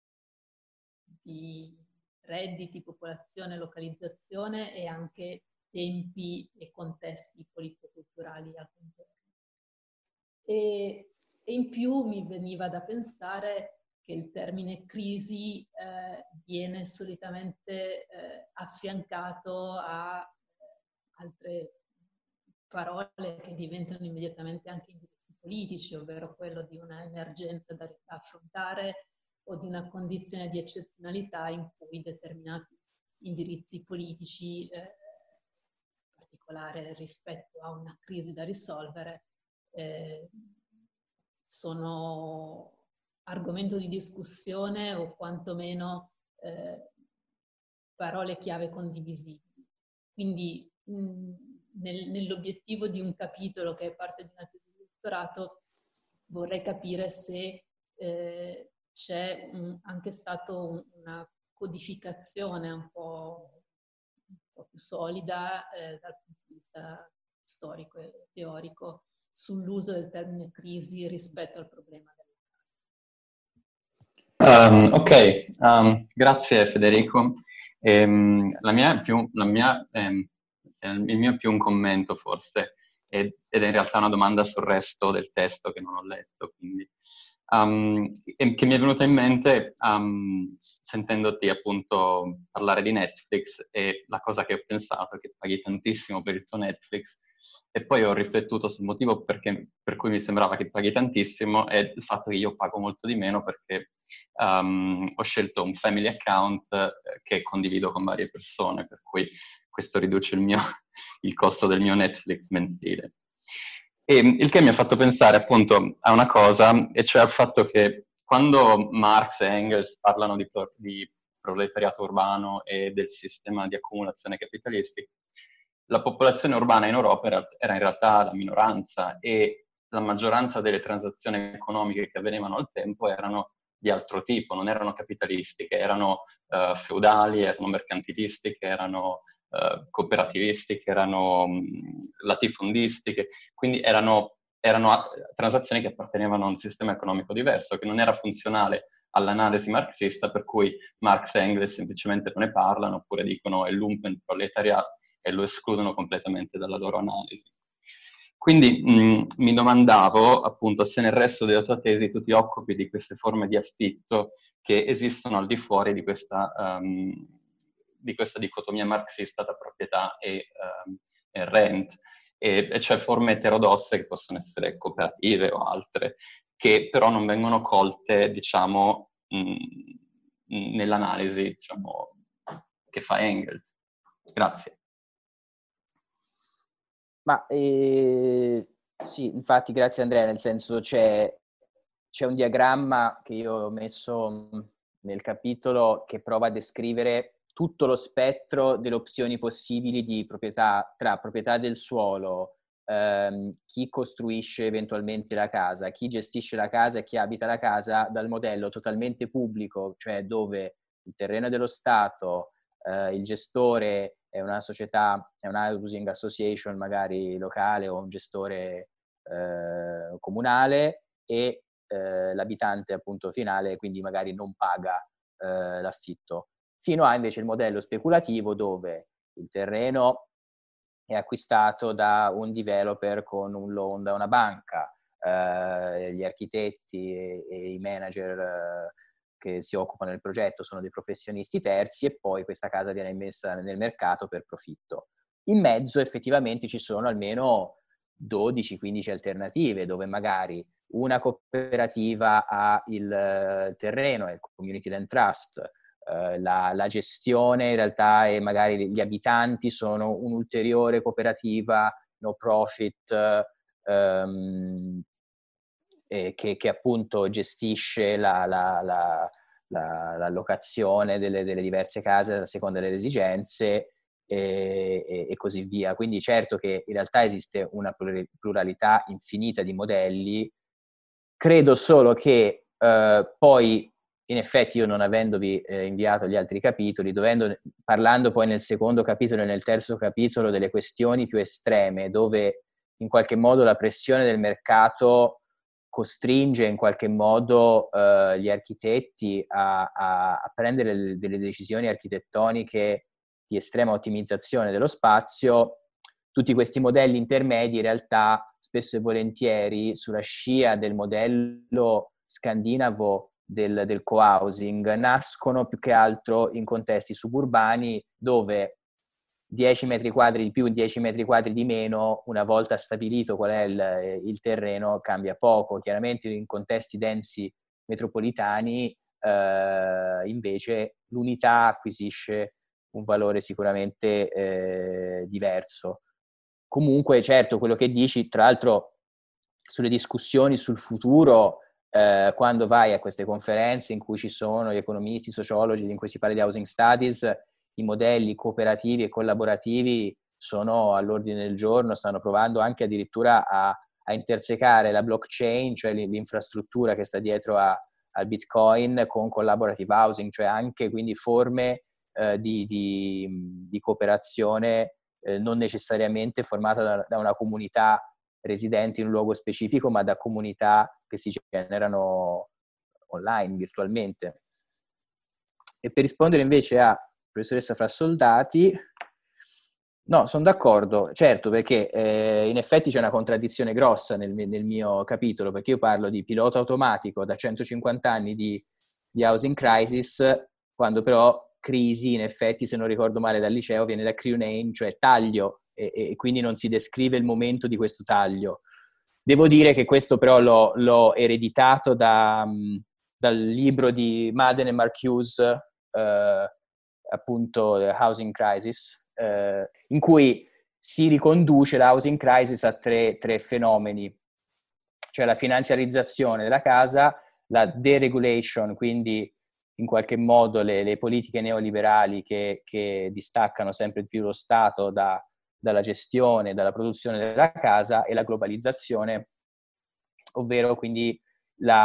di redditi, popolazione, localizzazione e anche tempi e contesti politico-culturali al contorno. E, e in più mi veniva da pensare che il termine crisi eh, viene solitamente eh, affiancato a altre parole che diventano immediatamente anche indirizzi politici, ovvero quello di una emergenza da affrontare o di una condizione di eccezionalità in cui determinati indirizzi politici, eh, in particolare rispetto a una crisi da risolvere, eh, sono argomento di discussione o quantomeno eh, parole chiave condivisibili. Quindi mh, nel, nell'obiettivo di un capitolo che è parte di una tesi di dottorato vorrei capire se eh, c'è un, anche stato un, una codificazione un po', un po' più solida eh, dal punto di vista storico e teorico sull'uso del termine crisi rispetto al problema della casa. Um, ok, um, grazie Federico. Ehm, la mia è più, la mia, ehm, il mio è più un commento forse, ed, ed è in realtà una domanda sul resto del testo che non ho letto, quindi, um, che mi è venuta in mente um, sentendoti appunto parlare di Netflix, e la cosa che ho pensato è che paghi tantissimo per il tuo Netflix, e poi ho riflettuto sul motivo perché, per cui mi sembrava che paghi tantissimo, e il fatto che io pago molto di meno perché Um, ho scelto un family account eh, che condivido con varie persone, per cui questo riduce il, mio, il costo del mio Netflix mensile. E il che mi ha fatto pensare appunto a una cosa, e cioè al fatto che quando Marx e Engels parlano di, di proletariato urbano e del sistema di accumulazione capitalistica, la popolazione urbana in Europa era, era in realtà la minoranza, e la maggioranza delle transazioni economiche che avvenivano al tempo erano di altro tipo, non erano capitalistiche, erano uh, feudali, erano mercantilistiche, erano uh, cooperativistiche, erano mh, latifondistiche, quindi erano, erano transazioni che appartenevano a un sistema economico diverso, che non era funzionale all'analisi marxista, per cui Marx e Engels semplicemente non ne parlano, oppure dicono è lumpenproletariato e lo escludono completamente dalla loro analisi. Quindi mh, mi domandavo appunto se nel resto della tua tesi tu ti occupi di queste forme di affitto che esistono al di fuori di questa, um, di questa dicotomia marxista tra proprietà e, um, e rent, e, e cioè forme eterodosse che possono essere cooperative o altre, che però non vengono colte, diciamo, mh, nell'analisi, diciamo, che fa Engels. Grazie. Ma eh, sì, infatti grazie Andrea, nel senso c'è, c'è un diagramma che io ho messo nel capitolo che prova a descrivere tutto lo spettro delle opzioni possibili di proprietà, tra proprietà del suolo, ehm, chi costruisce eventualmente la casa, chi gestisce la casa e chi abita la casa, dal modello totalmente pubblico, cioè dove il terreno è dello Stato, eh, il gestore è una società, è un housing association magari locale o un gestore eh, comunale, e eh, l'abitante appunto finale quindi magari non paga eh, l'affitto, fino a invece il modello speculativo dove il terreno è acquistato da un developer con un loan da una banca, eh, gli architetti e, e i manager eh, che si occupano del progetto sono dei professionisti terzi, e poi questa casa viene messa nel mercato per profitto. In mezzo effettivamente ci sono almeno dodici quindici alternative, dove magari una cooperativa ha il terreno, è il Community Land Trust, eh, la, la gestione in realtà e magari gli abitanti sono un'ulteriore cooperativa no profit ehm, eh, che, che appunto gestisce la, la, la, la, l'allocazione delle, delle diverse case a seconda delle esigenze e, e, e così via. Quindi certo che in realtà esiste una pluralità infinita di modelli. Credo solo che eh, poi, in effetti, io non avendovi eh, inviato gli altri capitoli, dovendo, parlando poi nel secondo capitolo e nel terzo capitolo delle questioni più estreme, dove in qualche modo la pressione del mercato costringe in qualche modo eh, gli architetti a, a, a prendere le, delle decisioni architettoniche di estrema ottimizzazione dello spazio, tutti questi modelli intermedi in realtà spesso e volentieri sulla scia del modello scandinavo del, del co-housing nascono più che altro in contesti suburbani dove dieci metri quadri di più, dieci metri quadri di meno, una volta stabilito qual è il, il terreno, cambia poco. Chiaramente in contesti densi metropolitani eh, invece l'unità acquisisce un valore sicuramente eh, diverso. Comunque, certo, quello che dici, tra l'altro, sulle discussioni sul futuro, eh, quando vai a queste conferenze in cui ci sono gli economisti, i sociologi, in cui si parla di housing studies, i modelli cooperativi e collaborativi sono all'ordine del giorno, stanno provando anche addirittura a, a intersecare la blockchain, cioè l'infrastruttura che sta dietro a, al Bitcoin, con collaborative housing, cioè anche quindi forme eh, di, di, di cooperazione eh, non necessariamente formata da, da una comunità residenti in un luogo specifico, ma da comunità che si generano online, virtualmente. E per rispondere invece a professoressa Frassoldati, no, sono d'accordo, certo, perché eh, in effetti c'è una contraddizione grossa nel, nel mio capitolo, perché io parlo di pilota automatico da centocinquanta anni di, di housing crisis, quando però crisi, in effetti, se non ricordo male dal liceo, viene da Crunane, cioè taglio, e, e quindi non si descrive il momento di questo taglio. Devo dire che questo però l'ho, l'ho ereditato da, dal libro di Madden e Marcuse, eh, appunto The Housing Crisis, eh, in cui si riconduce la housing crisis a tre, tre fenomeni, cioè la finanziarizzazione della casa, la deregulation, quindi in qualche modo le, le politiche neoliberali che, che distaccano sempre più lo Stato da, dalla gestione, dalla produzione della casa, e la globalizzazione, ovvero quindi la,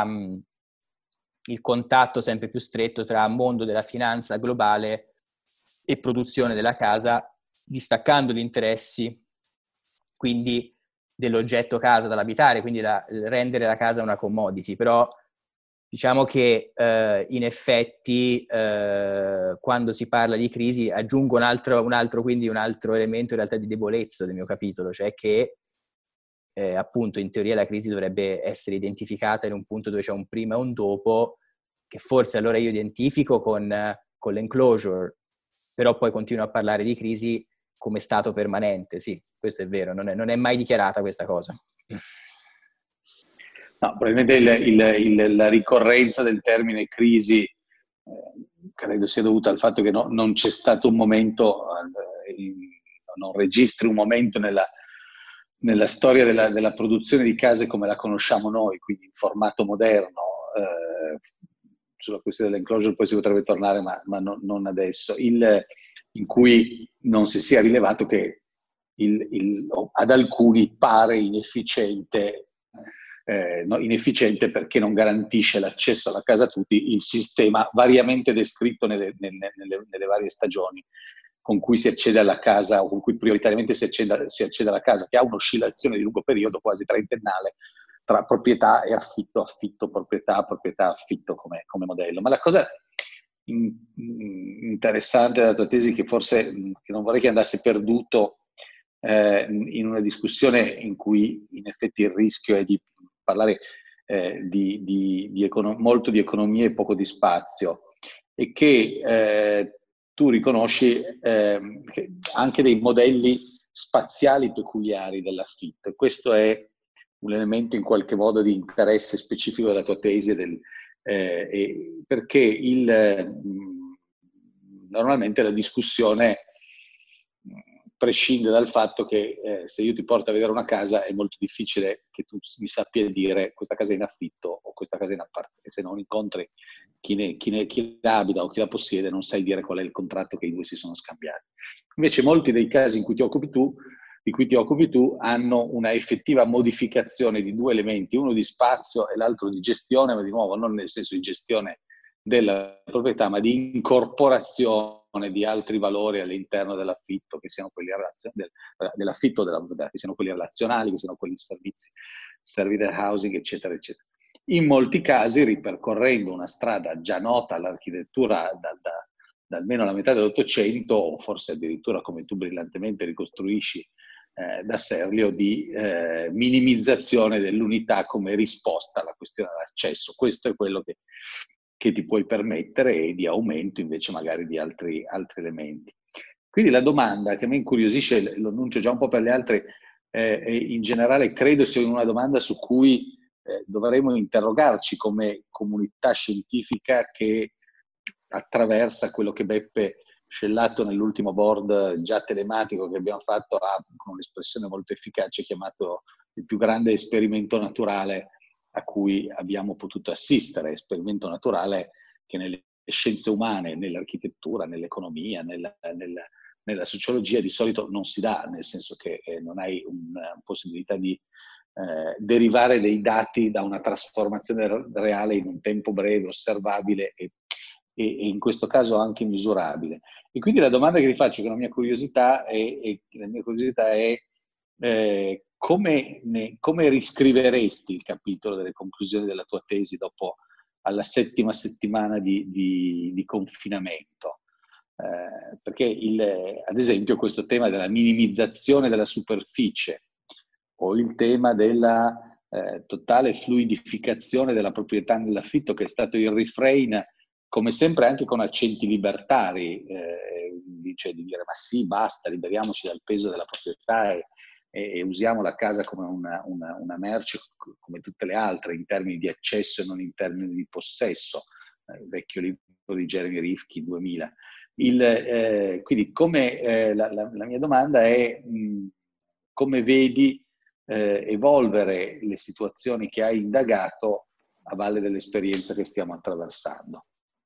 il contatto sempre più stretto tra mondo della finanza globale e produzione della casa, distaccando gli interessi quindi dell'oggetto casa dall'abitare, quindi la, rendere la casa una commodity. Però diciamo che eh, in effetti eh, quando si parla di crisi aggiungo un altro, un altro, quindi un altro elemento in realtà di debolezza del mio capitolo, cioè che eh, appunto in teoria la crisi dovrebbe essere identificata in un punto dove c'è un prima e un dopo, che forse allora io identifico con, con l'enclosure, però poi continuo a parlare di crisi come stato permanente. Sì, questo è vero, non è, non è mai dichiarata questa cosa. No, probabilmente il, il, il, la ricorrenza del termine crisi eh, credo sia dovuta al fatto che no, non c'è stato un momento, eh, in, non registri un momento nella, nella storia della, della produzione di case come la conosciamo noi, quindi in formato moderno. Eh, sulla questione dell'enclosure poi si potrebbe tornare, ma, ma no, non adesso, il, in cui non si sia rilevato che il, il, ad alcuni pare inefficiente, eh, no, inefficiente perché non garantisce l'accesso alla casa a tutti il sistema variamente descritto nelle, nelle, nelle, nelle varie stagioni con cui si accede alla casa o con cui prioritariamente si accede, si accede alla casa, che ha un'oscillazione di lungo periodo, quasi trentennale, tra proprietà e affitto, affitto, proprietà, proprietà, affitto come, come modello. Ma la cosa in, in, interessante della tua tesi, che forse che non vorrei che andasse perduto eh, in una discussione in cui in effetti il rischio è di parlare eh, di, di, di econo- molto di economia e poco di spazio, e che eh, tu riconosci eh, anche dei modelli spaziali peculiari dell'affitto. Questo è un elemento in qualche modo di interesse specifico della tua tesi, del, eh, e perché il, eh, normalmente la discussione prescinde dal fatto che eh, se io ti porto a vedere una casa è molto difficile che tu mi sappia dire questa casa è in affitto o questa casa è in appalto, e se non incontri chi, ne, chi, ne, chi la abita o chi la possiede non sai dire qual è il contratto che i due si sono scambiati. Invece molti dei casi in cui ti occupi tu, di cui ti occupi tu hanno una effettiva modificazione di due elementi, uno di spazio e l'altro di gestione, ma di nuovo non nel senso di gestione della proprietà, ma di incorporazione di altri valori all'interno dell'affitto, che siano quelli del, dell'affitto della proprietà, che siano quelli relazionali, che siano quelli di servizi, service housing, eccetera, eccetera. In molti casi, ripercorrendo una strada già nota all'architettura da, da, da almeno la metà dell'Ottocento, o forse addirittura, come tu brillantemente ricostruisci eh, da Serlio, di eh, minimizzazione dell'unità come risposta alla questione dell'accesso. Questo è quello che che ti puoi permettere, e di aumento invece magari di altri, altri elementi. Quindi la domanda che mi incuriosisce, lo annuncio già un po' per gli altri, eh, e in generale credo sia una domanda su cui eh, dovremo interrogarci come comunità scientifica che attraversa quello che Beppe Scellato nell'ultimo board già telematico che abbiamo fatto ha, con un'espressione molto efficace, chiamato il più grande esperimento naturale a cui abbiamo potuto assistere, esperimento naturale che nelle scienze umane, nell'architettura, nell'economia, nella, nella, nella sociologia di solito non si dà, nel senso che eh, non hai una possibilità di eh, derivare dei dati da una trasformazione reale in un tempo breve, osservabile e, e, e in questo caso anche misurabile. E quindi la domanda che vi faccio, che la mia curiosità è, è, la mia curiosità è eh, Come, ne, come riscriveresti il capitolo delle conclusioni della tua tesi dopo alla settima settimana di, di, di confinamento? Eh, perché il, ad esempio questo tema della minimizzazione della superficie o il tema della eh, totale fluidificazione della proprietà nell'affitto, che è stato il refrain, come sempre anche con accenti libertari, eh, cioè di dire ma sì, basta, liberiamoci dal peso della proprietà e e usiamo la casa come una, una, una merce come tutte le altre, in termini di accesso e non in termini di possesso, eh, il vecchio libro di Jeremy Rifkin duemila. Il, eh, quindi come, eh, la, la, la mia domanda è mh, come vedi eh, evolvere le situazioni che hai indagato a valle dell'esperienza che stiamo attraversando?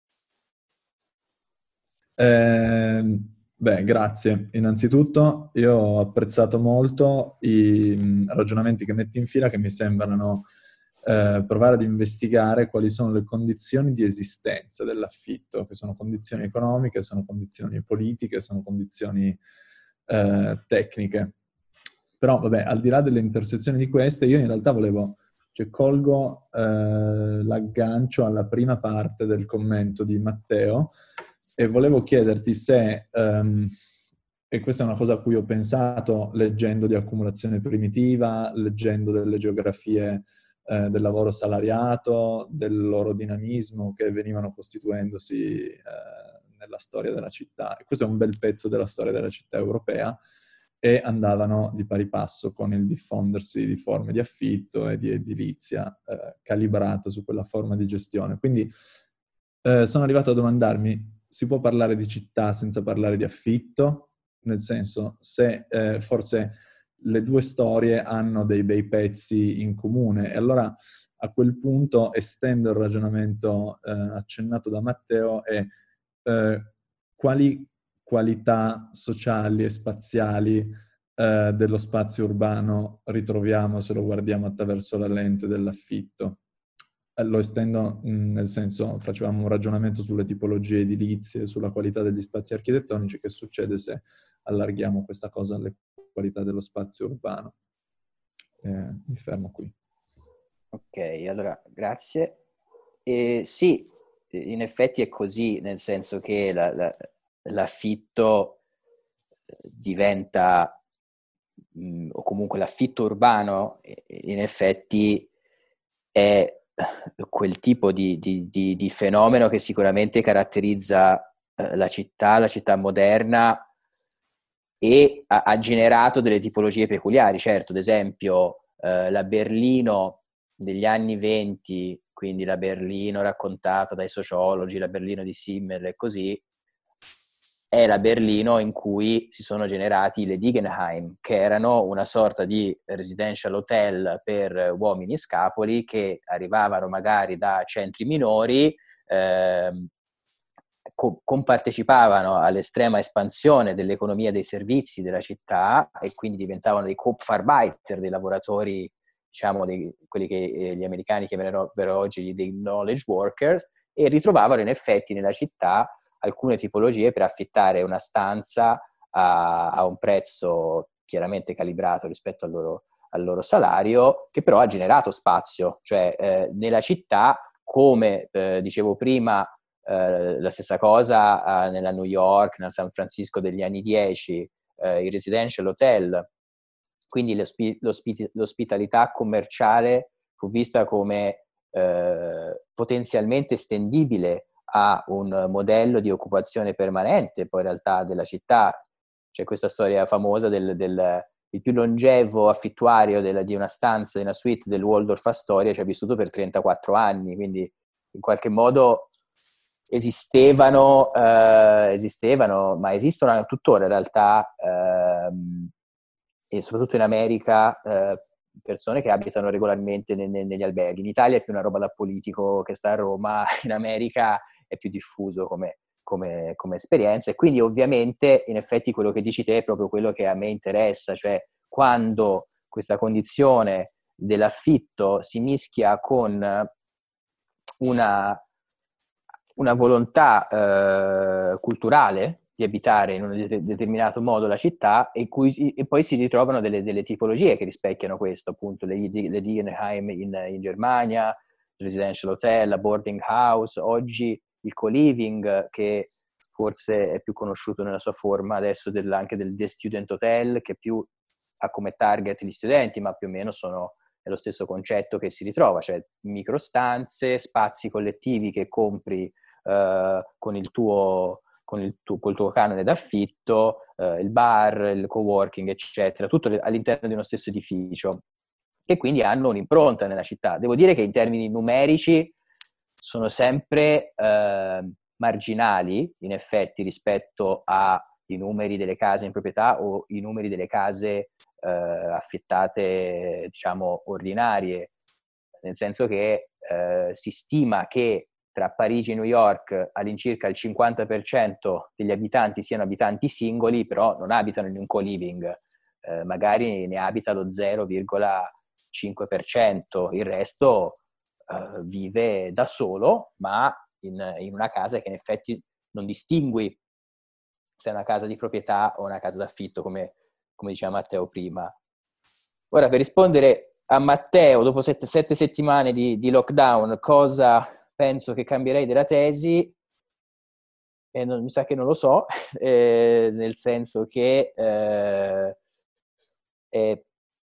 Eh... Beh, grazie. Innanzitutto io ho apprezzato molto i ragionamenti che metti in fila, che mi sembrano eh, provare ad investigare quali sono le condizioni di esistenza dell'affitto, che sono condizioni economiche, sono condizioni politiche, sono condizioni eh, tecniche. Però, vabbè, al di là delle intersezioni di queste, io in realtà volevo, cioè colgo eh, l'aggancio alla prima parte del commento di Matteo, e volevo chiederti se, um, e questa è una cosa a cui ho pensato leggendo di accumulazione primitiva, leggendo delle geografie eh, del lavoro salariato, del loro dinamismo che venivano costituendosi eh, nella storia della città. E questo è un bel pezzo della storia della città europea, e andavano di pari passo con il diffondersi di forme di affitto e di edilizia eh, calibrata su quella forma di gestione. Quindi eh, sono arrivato a domandarmi: si può parlare di città senza parlare di affitto? Nel senso, se eh, forse le due storie hanno dei bei pezzi in comune. E allora a quel punto estendo il ragionamento eh, accennato da Matteo e eh, quali qualità sociali e spaziali eh, dello spazio urbano ritroviamo se lo guardiamo attraverso la lente dell'affitto. Eh, lo estendo mh, nel senso, facevamo un ragionamento sulle tipologie edilizie, sulla qualità degli spazi architettonici. Che succede se allarghiamo questa cosa alle qualità dello spazio urbano? Eh, mi fermo qui. Ok, allora, grazie. Eh, sì, in effetti è così, nel senso che la, la, l'affitto diventa, mh, o comunque l'affitto urbano, in effetti è quel tipo di, di, di, di fenomeno che sicuramente caratterizza eh, la città, la città moderna, e ha, ha generato delle tipologie peculiari. Certo, ad esempio, eh, la Berlino degli anni venti, quindi la Berlino raccontata dai sociologi, la Berlino di Simmel e così, è la Berlino in cui si sono generati le Degenheim, che erano una sorta di residential hotel per uomini scapoli che arrivavano magari da centri minori, eh, co- compartecipavano all'estrema espansione dell'economia dei servizi della città e quindi diventavano dei Kopfarbeiter, dei lavoratori, diciamo, dei, quelli che eh, gli americani chiamerebbero oggi dei knowledge workers, e ritrovavano in effetti nella città alcune tipologie per affittare una stanza a, a un prezzo chiaramente calibrato rispetto al loro, al loro salario, che però ha generato spazio. Cioè eh, nella città, come eh, dicevo prima, eh, la stessa cosa eh, nella New York, nel San Francisco degli anni dieci, eh, i residential hotel, quindi l'ospi- l'ospi- l'ospitalità commerciale fu vista come eh, potenzialmente estendibile a un modello di occupazione permanente poi in realtà della città. C'è questa storia famosa del, del il più longevo affittuario della, di una stanza, di una suite del Waldorf Astoria, ci ha vissuto per trentaquattro anni, quindi in qualche modo esistevano, eh, esistevano, ma esistono tuttora in realtà, ehm, e soprattutto in America, eh, persone che abitano regolarmente ne, ne, negli alberghi. In Italia è più una roba da politico che sta a Roma, in America è più diffuso come, come, come esperienza, e quindi ovviamente in effetti quello che dici te è proprio quello che a me interessa, cioè quando questa condizione dell'affitto si mischia con una, una volontà eh, culturale di abitare in un de- determinato modo la città, e, cui, e poi si ritrovano delle, delle tipologie che rispecchiano questo, appunto le, le Degenheim in, in Germania, il residential hotel, la boarding house, oggi il co-living, che forse è più conosciuto nella sua forma adesso del, anche del The Student Hotel, che più ha come target gli studenti, ma più o meno sono, è lo stesso concetto che si ritrova, cioè microstanze, spazi collettivi che compri eh, con il tuo con il tuo, col tuo canone d'affitto, eh, il bar, il coworking, eccetera, tutto all'interno di uno stesso edificio, che quindi hanno un'impronta nella città. Devo dire che in termini numerici sono sempre eh, marginali, in effetti, rispetto ai numeri delle case in proprietà o i numeri delle case eh, affittate, diciamo, ordinarie, nel senso che eh, si stima che tra Parigi e New York all'incirca il cinquanta per cento degli abitanti siano abitanti singoli, però non abitano in un co-living, eh, magari ne abita lo zero virgola cinque per cento, il resto eh, vive da solo, ma in, in una casa che in effetti non distingui se è una casa di proprietà o una casa d'affitto, come, come diceva Matteo prima. Ora, per rispondere a Matteo, dopo sette, sette settimane di, di lockdown, cosa penso che cambierei della tesi? E non, mi sa che non lo so, eh, nel senso che eh, è,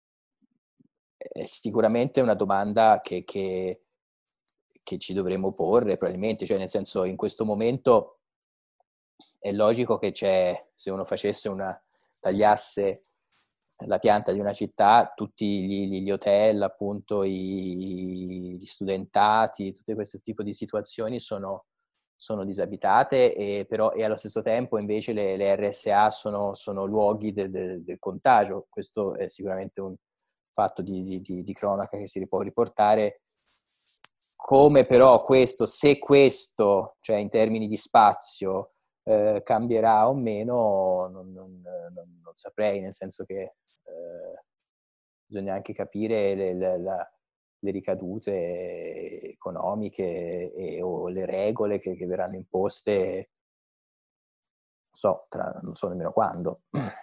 è sicuramente una domanda che, che, che ci dovremmo porre, probabilmente, cioè nel senso, in questo momento è logico che c'è, se uno facesse una, tagliasse la pianta di una città, tutti gli, gli hotel, appunto, i, gli studentati, tutte questo tipo di situazioni sono, sono disabitate, e, però, e allo stesso tempo invece le, le R S A sono, sono luoghi de, de, del contagio. Questo è sicuramente un fatto di, di, di cronaca che si può riportare. Come però questo, se questo, cioè in termini di spazio, eh, cambierà o meno non, non, non, non saprei, nel senso che eh, bisogna anche capire le, le, la, le ricadute economiche e, o le regole che, che verranno imposte, non so, tra, non so nemmeno quando.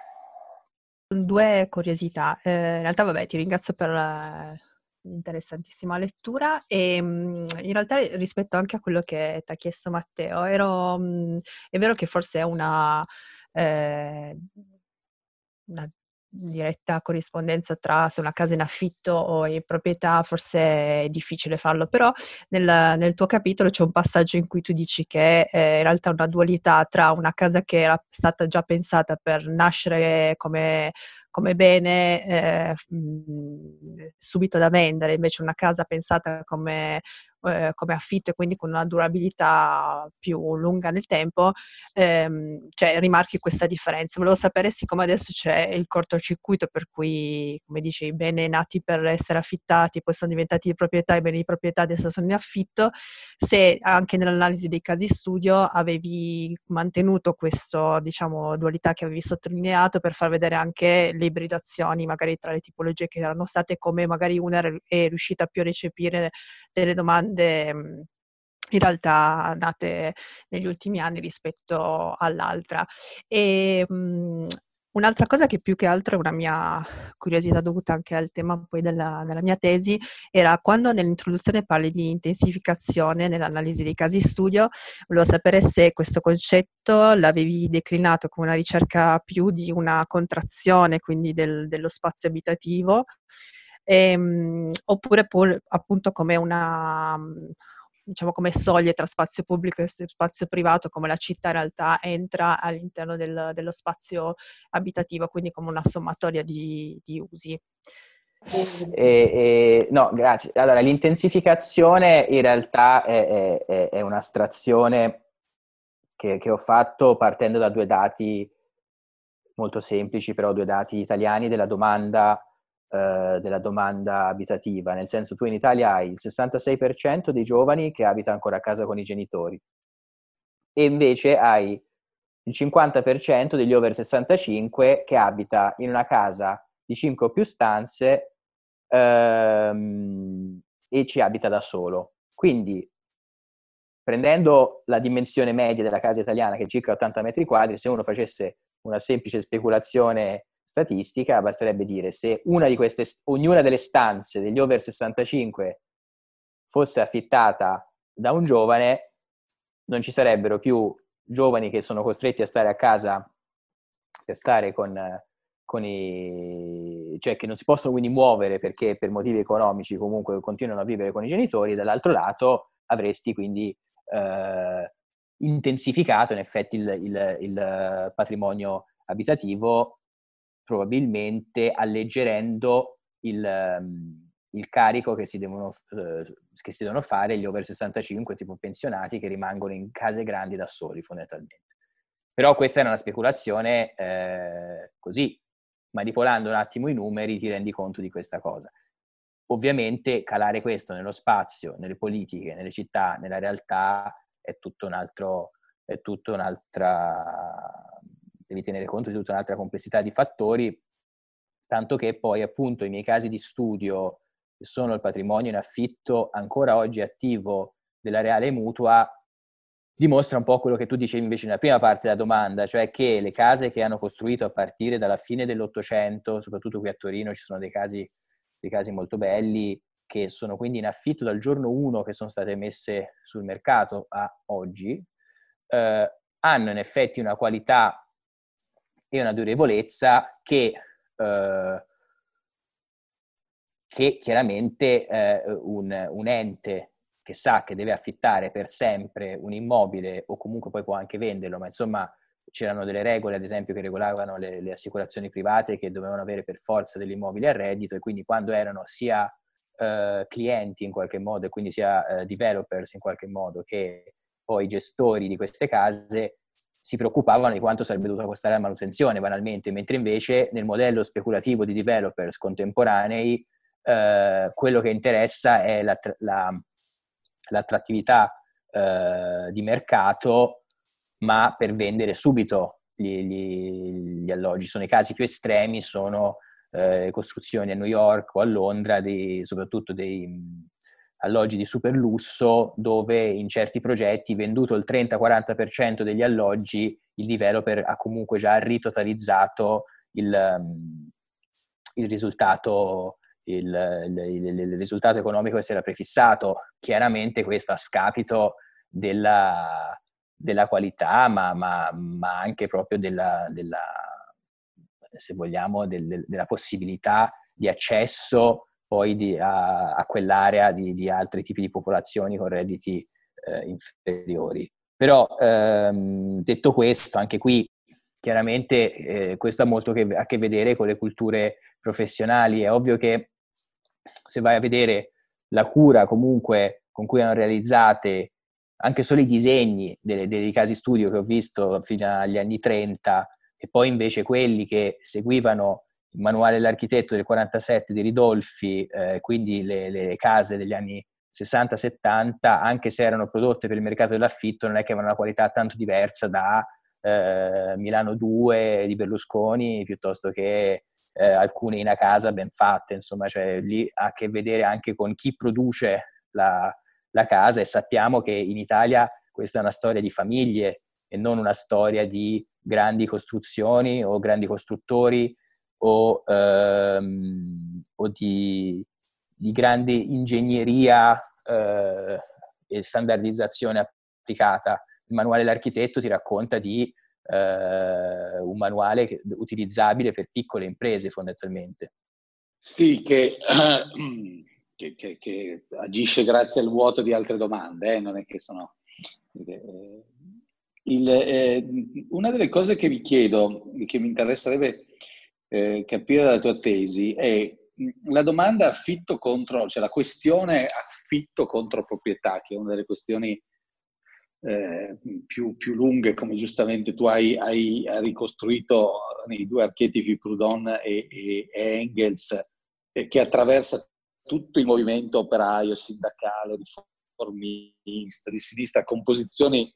Due curiosità. Eh, in realtà, vabbè, ti ringrazio per la- l'interessantissima lettura e mh, in realtà rispetto anche a quello che ti ha chiesto Matteo, ero, mh, è vero che forse è una, eh, una diretta corrispondenza tra se una casa è in affitto o in proprietà, forse è difficile farlo, però nel, nel tuo capitolo c'è un passaggio in cui tu dici che eh, in realtà una dualità tra una casa che era stata già pensata per nascere come, come bene eh, mh, subito da vendere, invece una casa pensata come, eh, come affitto e quindi con una durabilità più lunga nel tempo, ehm, cioè rimarchi questa differenza. Volevo sapere, siccome adesso c'è il cortocircuito per cui, come dice, i beni nati per essere affittati poi sono diventati di proprietà, i beni di proprietà adesso sono in affitto, se anche nell'analisi dei casi studio avevi mantenuto questa, diciamo, dualità che avevi sottolineato per far vedere anche le ibridazioni magari tra le tipologie che erano state, come magari una è riuscita più a recepire delle domande mh, in realtà nate negli ultimi anni rispetto all'altra. E mh, un'altra cosa che più che altro è una mia curiosità dovuta anche al tema poi della, della mia tesi, era quando nell'introduzione parli di intensificazione nell'analisi dei casi studio, volevo sapere se questo concetto l'avevi declinato come una ricerca più di una contrazione, quindi del- dello spazio abitativo, ehm, oppure pur, appunto come una, mh, diciamo come soglie tra spazio pubblico e spazio privato, come la città in realtà entra all'interno del- dello spazio abitativo, quindi come una sommatoria di, di usi. E, e, no, grazie. Allora, l'intensificazione in realtà è, è, è un'astrazione che, che ho fatto partendo da due dati molto semplici, però due dati italiani della domanda, eh, della domanda abitativa. Nel senso, tu in Italia hai il sessantasei per cento dei giovani che abita ancora a casa con i genitori e invece hai il cinquanta per cento degli over sessantacinque che abita in una casa di cinque o più stanze ehm, e ci abita da solo. Quindi, prendendo la dimensione media della casa italiana, che è circa ottanta metri quadri, se uno facesse una semplice speculazione statistica, basterebbe dire se una di queste, ognuna delle stanze degli over sessantacinque fosse affittata da un giovane, non ci sarebbero più giovani che sono costretti a stare a casa per stare con, con i... cioè che non si possono quindi muovere perché per motivi economici comunque continuano a vivere con i genitori, e dall'altro lato avresti quindi eh, intensificato in effetti il, il, il patrimonio abitativo, probabilmente alleggerendo il, il carico che si, devono, eh, che si devono fare gli over sessantacinque, tipo pensionati, che rimangono in case grandi da soli fondamentalmente. Però questa era una speculazione eh, così, manipolando un attimo i numeri ti rendi conto di questa cosa. Ovviamente calare questo nello spazio, nelle politiche, nelle città, nella realtà è tutto un altro, è tutto un'altra, devi tenere conto di tutta un'altra complessità di fattori, tanto che poi appunto i miei casi di studio, che sono il patrimonio in affitto ancora oggi attivo della Reale Mutua, dimostra un po' quello che tu dicevi invece nella prima parte della domanda, cioè che le case che hanno costruito a partire dalla fine dell'Ottocento, soprattutto qui a Torino ci sono dei casi, dei casi molto belli, che sono quindi in affitto dal giorno uno che sono state messe sul mercato a oggi, eh, hanno in effetti una qualità e una durevolezza che, eh, che chiaramente eh, un, un ente che sa che deve affittare per sempre un immobile o comunque poi può anche venderlo, ma insomma c'erano delle regole ad esempio che regolavano le, le assicurazioni private che dovevano avere per forza degli immobili a reddito, e quindi quando erano sia eh, clienti in qualche modo e quindi sia eh, developers in qualche modo che poi gestori di queste case si preoccupavano di quanto sarebbe dovuta costare la manutenzione banalmente, mentre invece nel modello speculativo di developers contemporanei eh, quello che interessa è la, la l'attrattività eh, di mercato ma per vendere subito gli, gli, gli alloggi. Sono i casi più estremi, sono eh, costruzioni a New York o a Londra, di, soprattutto dei mh, alloggi di super lusso, dove in certi progetti, venduto il trenta quaranta per cento degli alloggi, il developer ha comunque già ritotalizzato il, um, il risultato il, il, il, il risultato economico che si era prefissato. Chiaramente questo a scapito della, della qualità, ma, ma, ma anche proprio della, della se vogliamo, del, della possibilità di accesso poi di, a, a quell'area di, di altri tipi di popolazioni con redditi eh, inferiori. Però ehm, detto questo, anche qui chiaramente eh, questo ha molto che, a che vedere con le culture professionali. È ovvio che se vai a vedere la cura comunque con cui hanno realizzate anche solo i disegni delle, dei casi studio che ho visto fino agli anni trenta, e poi invece quelli che seguivano il manuale dell'architetto del quarantasette di Ridolfi, eh, quindi le, le case degli anni sessanta settanta, anche se erano prodotte per il mercato dell'affitto, non è che avevano una qualità tanto diversa da eh, Milano due di Berlusconi, piuttosto che eh, alcune in a casa ben fatte. Insomma, cioè, lì ha a che vedere anche con chi produce la, la casa, e sappiamo che in Italia questa è una storia di famiglie e non una storia di grandi costruzioni o grandi costruttori o, ehm, o di, di grande ingegneria eh, e standardizzazione applicata. Il manuale dell'architetto ti racconta di eh, un manuale che, utilizzabile per piccole imprese fondamentalmente. Sì, che, che, che, che agisce grazie al vuoto di altre domande, eh? Non è che sono... Eh, il, eh, una delle cose che vi chiedo, che mi interesserebbe eh, capire dalla tua tesi, è la domanda affitto contro, cioè la questione affitto contro proprietà, che è una delle questioni eh, più, più lunghe, come giustamente tu hai, hai, hai ricostruito nei due archetipi Proudhon e, e, e Engels, eh, che attraversa tutto il movimento operaio, sindacale, riformista, di sinistra, composizioni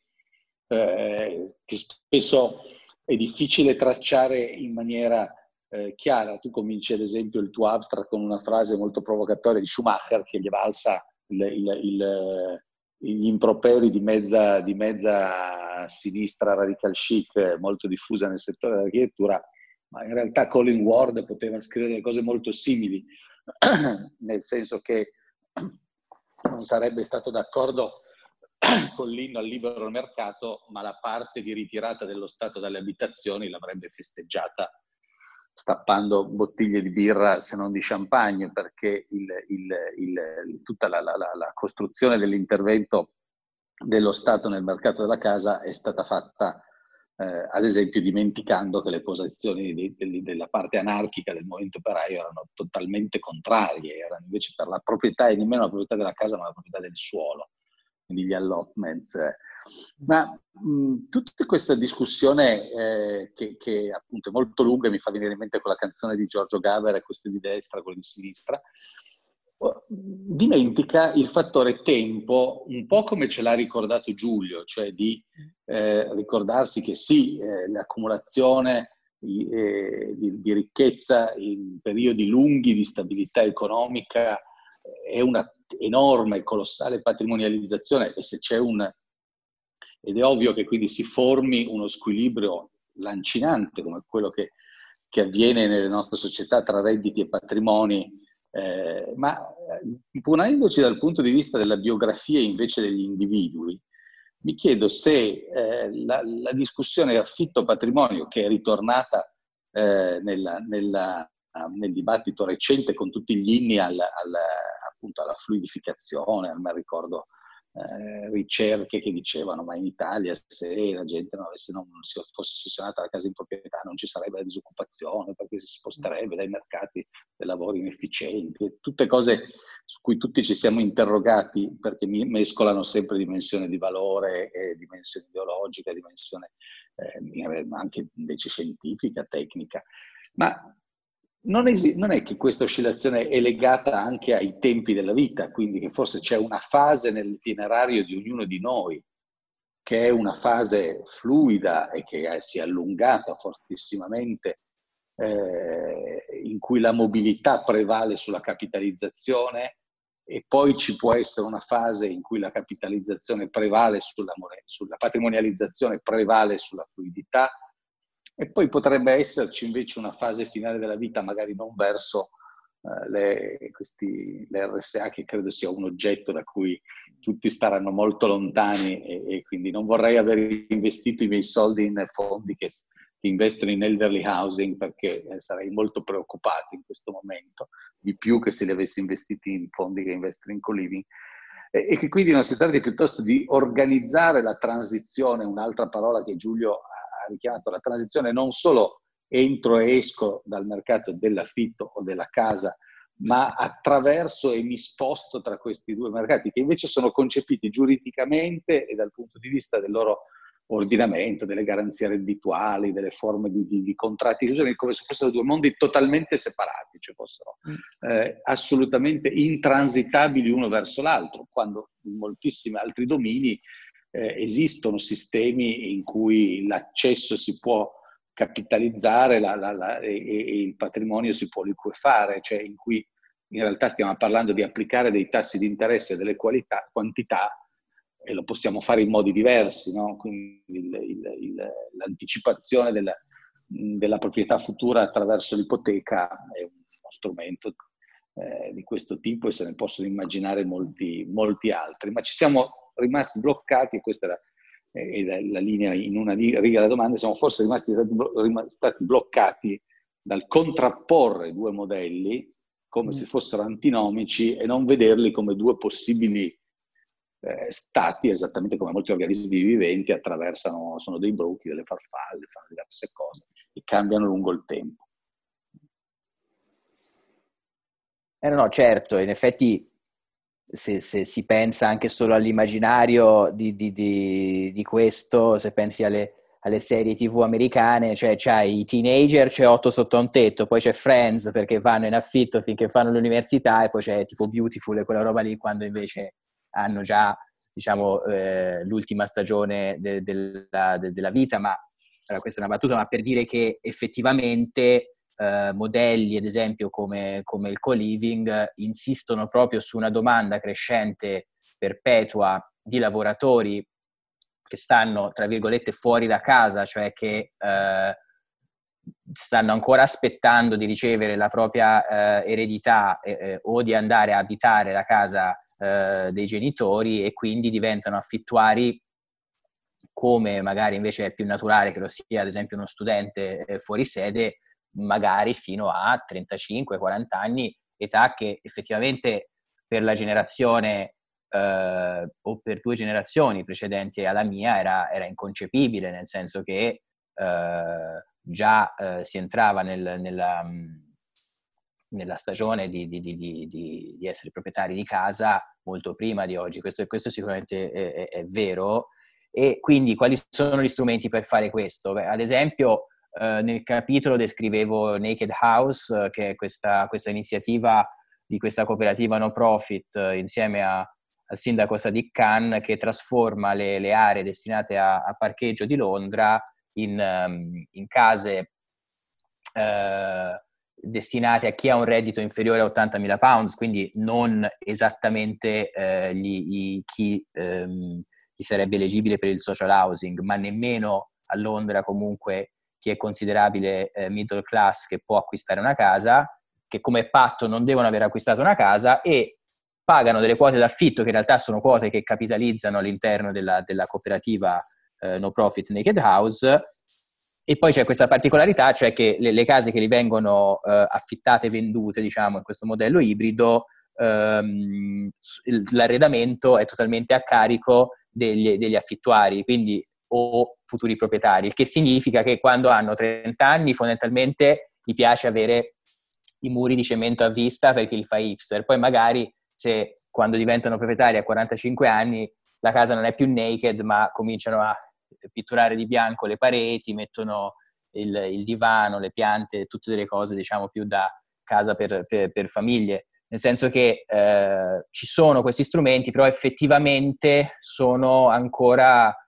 eh, che spesso è difficile tracciare in maniera eh, chiara. Tu cominci ad esempio il tuo abstract con una frase molto provocatoria di Schumacher che gli valsa il, il, il, gli improperi di mezza, di mezza sinistra radical chic molto diffusa nel settore dell'architettura, ma in realtà Colin Ward poteva scrivere cose molto simili, nel senso che non sarebbe stato d'accordo con l'inno al libero mercato, ma la parte di ritirata dello Stato dalle abitazioni l'avrebbe festeggiata stappando bottiglie di birra, se non di champagne, perché il, il, il, tutta la, la, la costruzione dell'intervento dello Stato nel mercato della casa è stata fatta, eh, ad esempio, dimenticando che le posizioni di, di, della parte anarchica del movimento operaio erano totalmente contrarie, erano invece per la proprietà, e nemmeno la proprietà della casa, ma la proprietà del suolo, quindi gli allotments. Ma mh, tutta questa discussione eh, che, che appunto è molto lunga, mi fa venire in mente quella canzone di Giorgio Gaber, queste di destra, quelle di sinistra, dimentica il fattore tempo, un po' come ce l'ha ricordato Giulio, cioè di eh, ricordarsi che sì, eh, l'accumulazione eh, di, di ricchezza in periodi lunghi di stabilità economica è una enorme, colossale patrimonializzazione, e se c'è un... ed è ovvio che quindi si formi uno squilibrio lancinante come quello che, che avviene nelle nostre società tra redditi e patrimoni, eh, ma ponendoci dal punto di vista della biografia invece degli individui, mi chiedo se eh, la, la discussione affitto-patrimonio, che è ritornata eh, nella, nella, nel dibattito recente con tutti gli inni al, al, appunto alla fluidificazione, al me ricordo Eh, ricerche che dicevano ma in Italia se la gente non, avesse, non si fosse ossessionata alla casa in proprietà non ci sarebbe la disoccupazione perché si sposterebbe dai mercati del lavoro inefficienti, tutte cose su cui tutti ci siamo interrogati perché mi mescolano sempre dimensione di valore e dimensione ideologica, dimensione eh, anche invece scientifica, tecnica, ma Non, es- non è che questa oscillazione è legata anche ai tempi della vita, quindi che forse c'è una fase nell'itinerario di ognuno di noi che è una fase fluida e che si è allungata fortissimamente, eh, in cui la mobilità prevale sulla capitalizzazione, e poi ci può essere una fase in cui la capitalizzazione prevale sulla, sulla patrimonializzazione prevale sulla fluidità, e poi potrebbe esserci invece una fase finale della vita, magari non verso uh, le, questi, le R S A, che credo sia un oggetto da cui tutti staranno molto lontani, e, e quindi non vorrei aver investito i miei soldi in fondi che, che investono in elderly housing, perché eh, sarei molto preoccupato in questo momento, di più che se li avessi investiti in fondi che investono in co-living. E, e che quindi non si tratta piuttosto di organizzare la transizione, un'altra parola che Giulio ha richiamato, la transizione non solo entro e esco dal mercato dell'affitto o della casa, ma attraverso e mi sposto tra questi due mercati, che invece sono concepiti giuridicamente e dal punto di vista del loro ordinamento, delle garanzie reddituali, delle forme di, di, di contratti, come se fossero due mondi totalmente separati, cioè fossero eh, assolutamente intransitabili uno verso l'altro, quando in moltissimi altri domini eh, esistono sistemi in cui l'accesso si può capitalizzare la, la, la, e, e il patrimonio si può liquefare, cioè in cui in realtà stiamo parlando di applicare dei tassi di interesse e delle qualità, quantità, e lo possiamo fare in modi diversi, no? Quindi il, il, il, l'anticipazione della, della proprietà futura attraverso l'ipoteca è uno strumento eh, di questo tipo, e se ne possono immaginare molti, molti altri. Ma ci siamo rimasti bloccati, e questa era eh, la, la linea in una riga della domanda, siamo forse rimasti stati bloccati dal contrapporre due modelli come se fossero antinomici e non vederli come due possibili eh, stati, esattamente come molti organismi viventi attraversano, sono dei bruchi, delle farfalle, fanno diverse cose e cambiano lungo il tempo. Eh no, certo, in effetti se, se si pensa anche solo all'immaginario di, di, di, di questo, se pensi alle, alle serie tivù americane, cioè c'hai i teenager, c'è Otto sotto un tetto, poi c'è Friends perché vanno in affitto finché fanno l'università, e poi c'è tipo Beautiful e quella roba lì quando invece hanno già, diciamo, eh, l'ultima stagione de, de, de, de, della vita. Ma allora, questa è una battuta, ma per dire che effettivamente eh, modelli, ad esempio, come, come il co-living, insistono proprio su una domanda crescente, perpetua, di lavoratori che stanno, tra virgolette, fuori da casa, cioè che eh, stanno ancora aspettando di ricevere la propria eh, eredità eh, eh, o di andare a abitare la casa eh, dei genitori, e quindi diventano affittuari, come magari invece è più naturale che lo sia, ad esempio, uno studente eh, fuori sede, magari fino a trentacinque quaranta anni, età che effettivamente per la generazione Uh, o per due generazioni precedenti alla mia era, era inconcepibile, nel senso che uh, già uh, si entrava nel, nella, nella stagione di, di, di, di, di essere proprietari di casa molto prima di oggi. Questo, questo sicuramente è, è, è vero. E quindi quali sono gli strumenti per fare questo? Beh, ad esempio uh, nel capitolo descrivevo Naked House, uh, che è questa, questa iniziativa di questa cooperativa no profit uh, insieme a al sindaco Sadiq Khan, che trasforma le, le aree destinate a, a parcheggio di Londra in, um, in case uh, destinate a chi ha un reddito inferiore a ottantamila pounds, quindi non esattamente uh, gli, i, chi, um, chi sarebbe elegibile per il social housing, ma nemmeno a Londra comunque chi è considerabile uh, middle class che può acquistare una casa, che come patto non devono aver acquistato una casa e pagano delle quote d'affitto che in realtà sono quote che capitalizzano all'interno della, della cooperativa eh, no profit Naked House. E poi c'è questa particolarità, cioè che le, le case che li vengono eh, affittate e vendute, diciamo, in questo modello ibrido, ehm, l'arredamento è totalmente a carico degli, degli affittuari, quindi o futuri proprietari, il che significa che quando hanno trenta anni fondamentalmente gli piace avere i muri di cemento a vista perché li fa hipster, poi magari se quando diventano proprietari a quarantacinque anni la casa non è più naked, ma cominciano a pitturare di bianco le pareti, mettono il, il divano, le piante, tutte delle cose, diciamo, più da casa per, per, per famiglie. Nel senso che eh, ci sono questi strumenti, però effettivamente sono ancora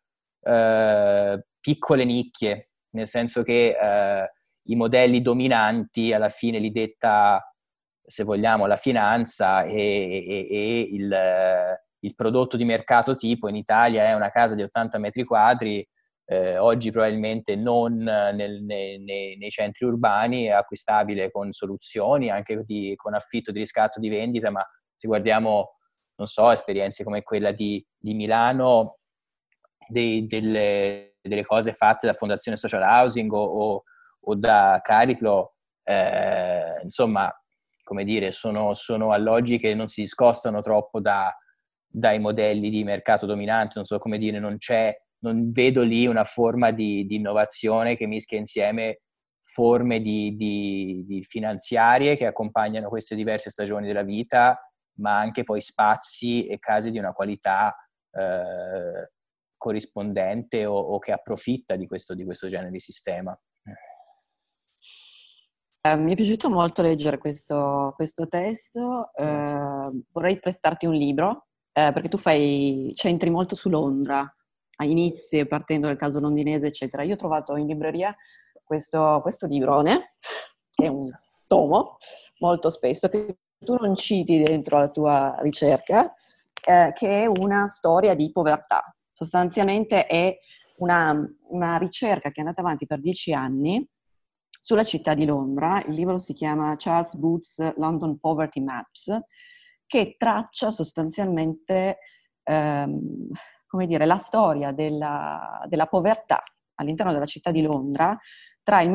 eh, piccole nicchie, nel senso che eh, i modelli dominanti alla fine li detta, se vogliamo, la finanza, e, e, e il, il prodotto di mercato tipo in Italia è una casa di ottanta metri quadri, eh, oggi probabilmente non nel, nei, nei, nei centri urbani, è acquistabile con soluzioni anche di, con affitto di riscatto di vendita, ma se guardiamo, non so, esperienze come quella di, di Milano, dei, delle, delle cose fatte da Fondazione Social Housing o, o, o da Cariplo, eh, insomma, come dire, sono, sono alloggi che non si discostano troppo da, dai modelli di mercato dominante, non so come dire, non c'è, non vedo lì una forma di, di innovazione che mischia insieme forme di, di, di finanziarie che accompagnano queste diverse stagioni della vita, ma anche poi spazi e case di una qualità eh, corrispondente o, o che approfitta di questo, di questo genere di sistema. Eh, mi è piaciuto molto leggere questo, questo testo, eh, vorrei prestarti un libro, eh, perché tu fai, c'entri molto su Londra, a inizi, partendo dal caso londinese, eccetera. Io ho trovato in libreria questo, questo librone, che è un tomo, molto spesso, che tu non citi dentro la tua ricerca, eh, che è una storia di povertà. Sostanzialmente è una, una ricerca che è andata avanti per dieci anni sulla città di Londra. Il libro si chiama Charles Booth's London Poverty Maps, che traccia sostanzialmente ehm, come dire, la storia della, della povertà all'interno della città di Londra tra il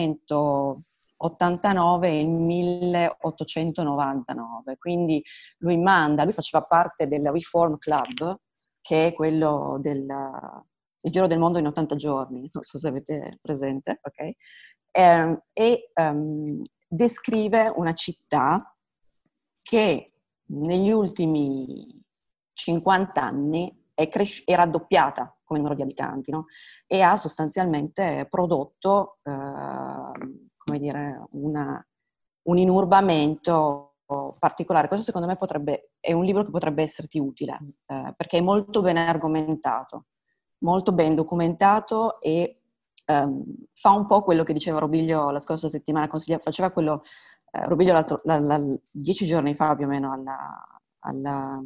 milleottocentottantanove e il milleottocentonovantanove. Quindi lui manda, lui faceva parte del Reform Club, che è quello del il Giro del Mondo in ottanta giorni, non so se avete presente, ok? Eh, e um, descrive una città che negli ultimi cinquanta anni è, cres- è raddoppiata come numero di abitanti, no? E ha sostanzialmente prodotto, eh, come dire, una, un inurbamento particolare. Questo secondo me potrebbe, è un libro che potrebbe esserti utile, eh, perché è molto ben argomentato, molto ben documentato e Um, fa un po' quello che diceva Robiglio la scorsa settimana, faceva quello, eh, Robiglio l'altro, la, la, dieci giorni fa più o meno alla, alla,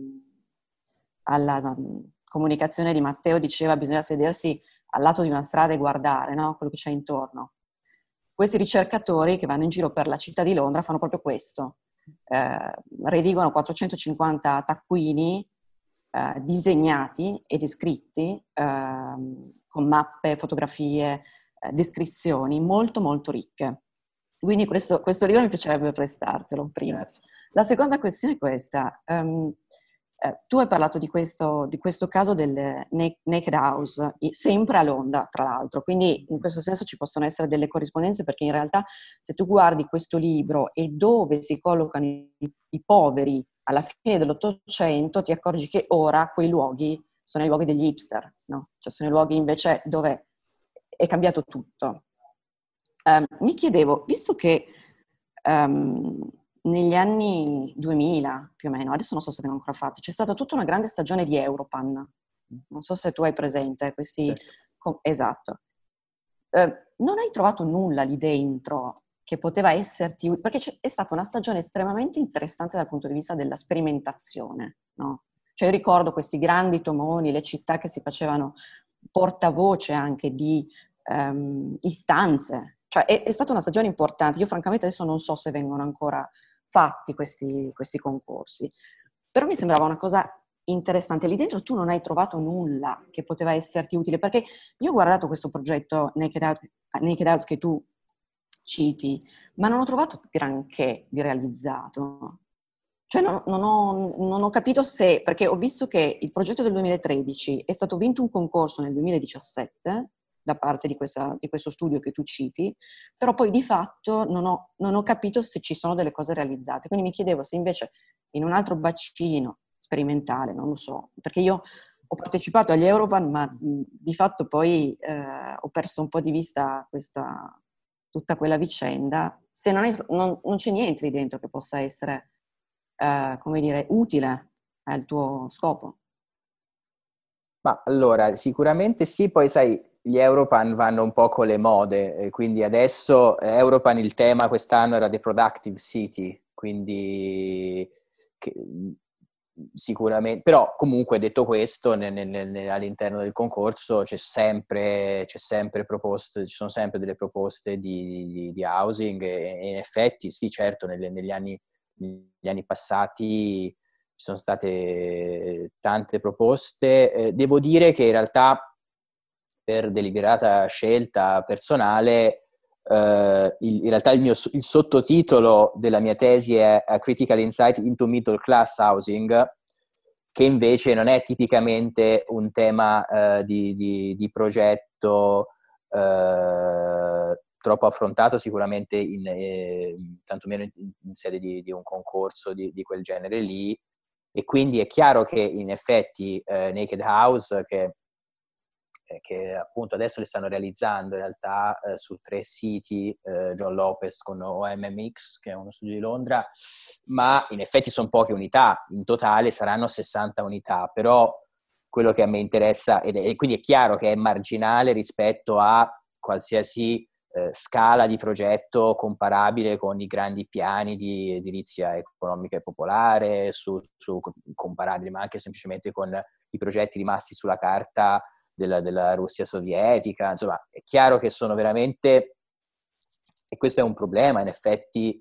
alla um, comunicazione di Matteo, diceva bisogna sedersi al lato di una strada e guardare, no? Quello che c'è intorno. Questi ricercatori che vanno in giro per la città di Londra fanno proprio questo, eh, redigono quattrocentocinquanta taccuini eh, disegnati e descritti eh, con mappe, fotografie, eh, descrizioni molto molto ricche. Quindi questo, questo libro mi piacerebbe prestartelo prima. Grazie. La seconda questione è questa. Um, eh, tu hai parlato di questo, di questo caso del Naked House, sempre a Londra tra l'altro, quindi in questo senso ci possono essere delle corrispondenze, perché in realtà se tu guardi questo libro e dove si collocano i, i poveri alla fine dell'Ottocento, ti accorgi che ora quei luoghi sono i luoghi degli hipster, no? Cioè sono i luoghi invece dove è cambiato tutto. Um, mi chiedevo, visto che um, negli anni duemila più o meno, adesso non so se vengono ancora fatti, c'è stata tutta una grande stagione di Europan, non so se tu hai presente questi... Certo. Com- esatto. Uh, non hai trovato nulla lì dentro che poteva esserti, perché è stata una stagione estremamente interessante dal punto di vista della sperimentazione, no? Cioè io ricordo questi grandi tomoni, le città che si facevano portavoce anche di um, istanze, cioè è, è stata una stagione importante. Io francamente adesso non so se vengono ancora fatti questi, questi concorsi, però mi sembrava una cosa interessante. Lì dentro tu non hai trovato nulla che poteva esserti utile, perché io ho guardato questo progetto Naked House, Naked House che tu citi, ma non ho trovato granché di realizzato. Cioè non, non, ho, non ho capito se, perché ho visto che il progetto del duemilatredici è stato vinto un concorso nel duemiladiciassette da parte di, questa, di questo studio che tu citi, però poi di fatto non ho, non ho capito se ci sono delle cose realizzate. Quindi mi chiedevo se invece in un altro bacino sperimentale, non lo so, perché io ho partecipato agli Europan, ma mh, di fatto poi eh, ho perso un po' di vista questa... tutta quella vicenda, se non, è, non, non c'è niente lì dentro che possa essere, eh, come dire, utile al tuo scopo. Ma allora, sicuramente sì, poi sai, gli Europan vanno un po' con le mode, eh, quindi adesso eh, Europan il tema quest'anno era The Productive City, quindi che, sicuramente, però comunque detto questo, ne, ne, ne, all'interno del concorso c'è sempre, c'è sempre proposte, ci sono sempre delle proposte di, di, di housing e, e in effetti sì, certo, negli, negli, anni, negli anni passati ci sono state tante proposte. Eh, devo dire che in realtà per deliberata scelta personale, eh, il, in realtà il, mio, il sottotitolo della mia tesi è A Critical Insight into Middle Class Housing, che invece non è tipicamente un tema eh, di, di, di progetto eh, troppo affrontato sicuramente in, eh, tantomeno in, in sede di, di un concorso di, di quel genere lì. E quindi è chiaro che in effetti eh, Naked House, che, eh, che appunto adesso le stanno realizzando in realtà eh, su tre siti, eh, John Lopez con O M M X, che è uno studio di Londra, ma in effetti sono poche unità, in totale saranno sessanta unità, però quello che a me interessa, ed è, e quindi è chiaro che è marginale rispetto a qualsiasi Eh, scala di progetto comparabile con i grandi piani di edilizia economica e popolare, su, su, comparabili, ma anche semplicemente con i progetti rimasti sulla carta della, della Russia sovietica. Insomma, è chiaro che sono veramente, e questo è un problema, in effetti,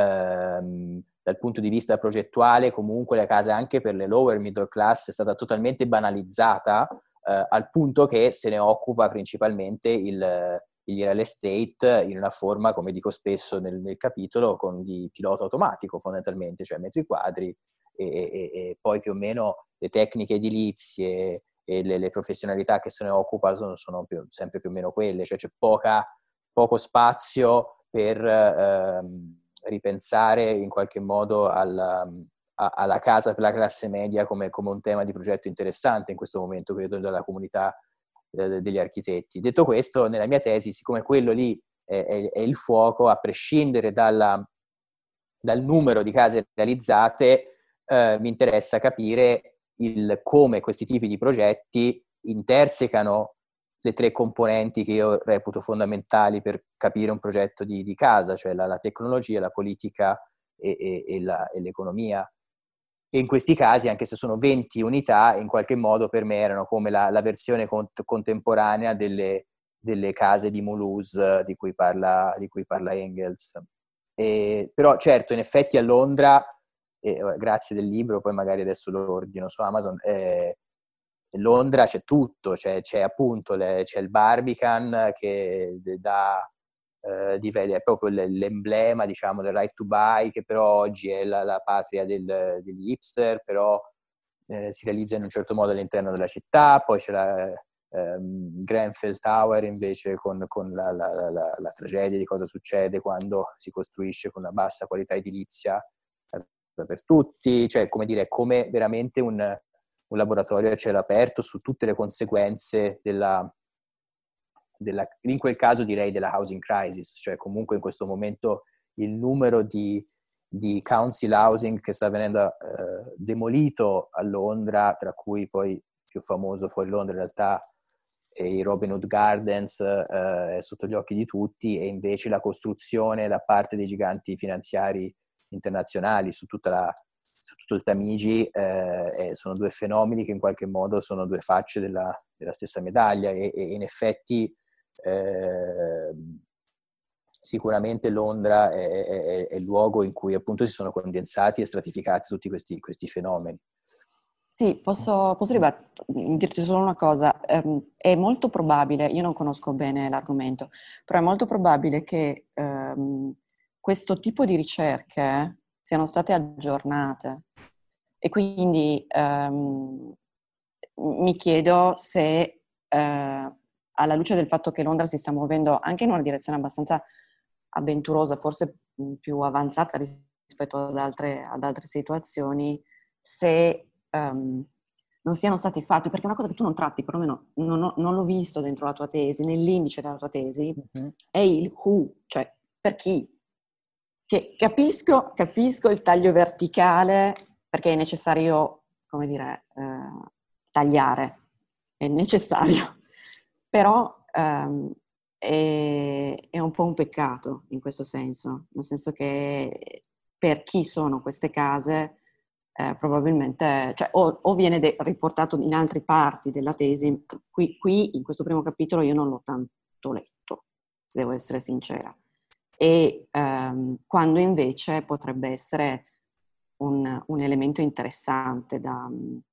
ehm, dal punto di vista progettuale, comunque la casa anche per le lower middle class è stata totalmente banalizzata, eh, al punto che se ne occupa principalmente il il real estate in una forma, come dico spesso nel, nel capitolo, con di pilota automatico fondamentalmente, cioè metri quadri e, e, e poi più o meno le tecniche edilizie e le, le professionalità che se ne occupa sono, sono più, sempre più o meno quelle, cioè c'è poca, poco spazio per ehm, ripensare in qualche modo alla, a, alla casa per la classe media come, come un tema di progetto interessante in questo momento, credo, della comunità degli architetti. Detto questo, nella mia tesi, siccome quello lì è, è, è il fuoco, a prescindere dalla, dal numero di case realizzate, eh, mi interessa capire il, come questi tipi di progetti intersecano le tre componenti che io reputo fondamentali per capire un progetto di, di casa, cioè la, la tecnologia, la politica e, e, e, la, e l'economia. E in questi casi, anche se sono venti unità, in qualche modo per me erano come la, la versione cont- contemporanea delle, delle case di Mulhouse di cui parla, di cui parla Engels. E, però certo, in effetti a Londra, eh, grazie del libro, poi magari adesso lo ordino su Amazon, eh, Londra c'è tutto, c'è, c'è appunto le, c'è il Barbican che dà... Uh, di, è proprio l'emblema, diciamo, del right to buy, che però oggi è la, la patria del, degli hipster, però eh, si realizza in un certo modo all'interno della città. Poi c'è la ehm, Grenfell Tower invece con, con la, la, la, la tragedia di cosa succede quando si costruisce con una bassa qualità edilizia per tutti, cioè come dire, come veramente un, un laboratorio a cielo aperto su tutte le conseguenze della Della, in quel caso direi della housing crisis, cioè comunque in questo momento il numero di, di council housing che sta venendo eh, demolito a Londra, tra cui poi più famoso fuori Londra in realtà è i Robin Hood Gardens, eh, è sotto gli occhi di tutti, e invece la costruzione da parte dei giganti finanziari internazionali su, tutta la, su tutto il Tamigi eh, sono due fenomeni che in qualche modo sono due facce della, della stessa medaglia, e, e in effetti Eh, sicuramente Londra è, è, è il luogo in cui appunto si sono condensati e stratificati tutti questi, questi fenomeni. Sì, posso, posso ribat- dirti solo una cosa. Um, è molto probabile, io non conosco bene l'argomento, però è molto probabile che um, questo tipo di ricerche siano state aggiornate, e quindi um, mi chiedo se uh, alla luce del fatto che Londra si sta muovendo anche in una direzione abbastanza avventurosa, forse più avanzata rispetto ad altre, ad altre situazioni, se um, non siano stati fatti, perché è una cosa che tu non tratti, perlomeno non, ho, non l'ho visto dentro la tua tesi, nell'indice della tua tesi, mm-hmm. è il who, cioè per chi. Che capisco, capisco il taglio verticale, perché è necessario, come dire, eh, tagliare. è necessario, però ehm, è, è un po' un peccato in questo senso, nel senso che per chi sono queste case eh, probabilmente, cioè, o, o viene de- riportato in altre parti della tesi, qui, qui in questo primo capitolo io non l'ho tanto letto, se devo essere sincera, e ehm, quando invece potrebbe essere un, un elemento interessante da,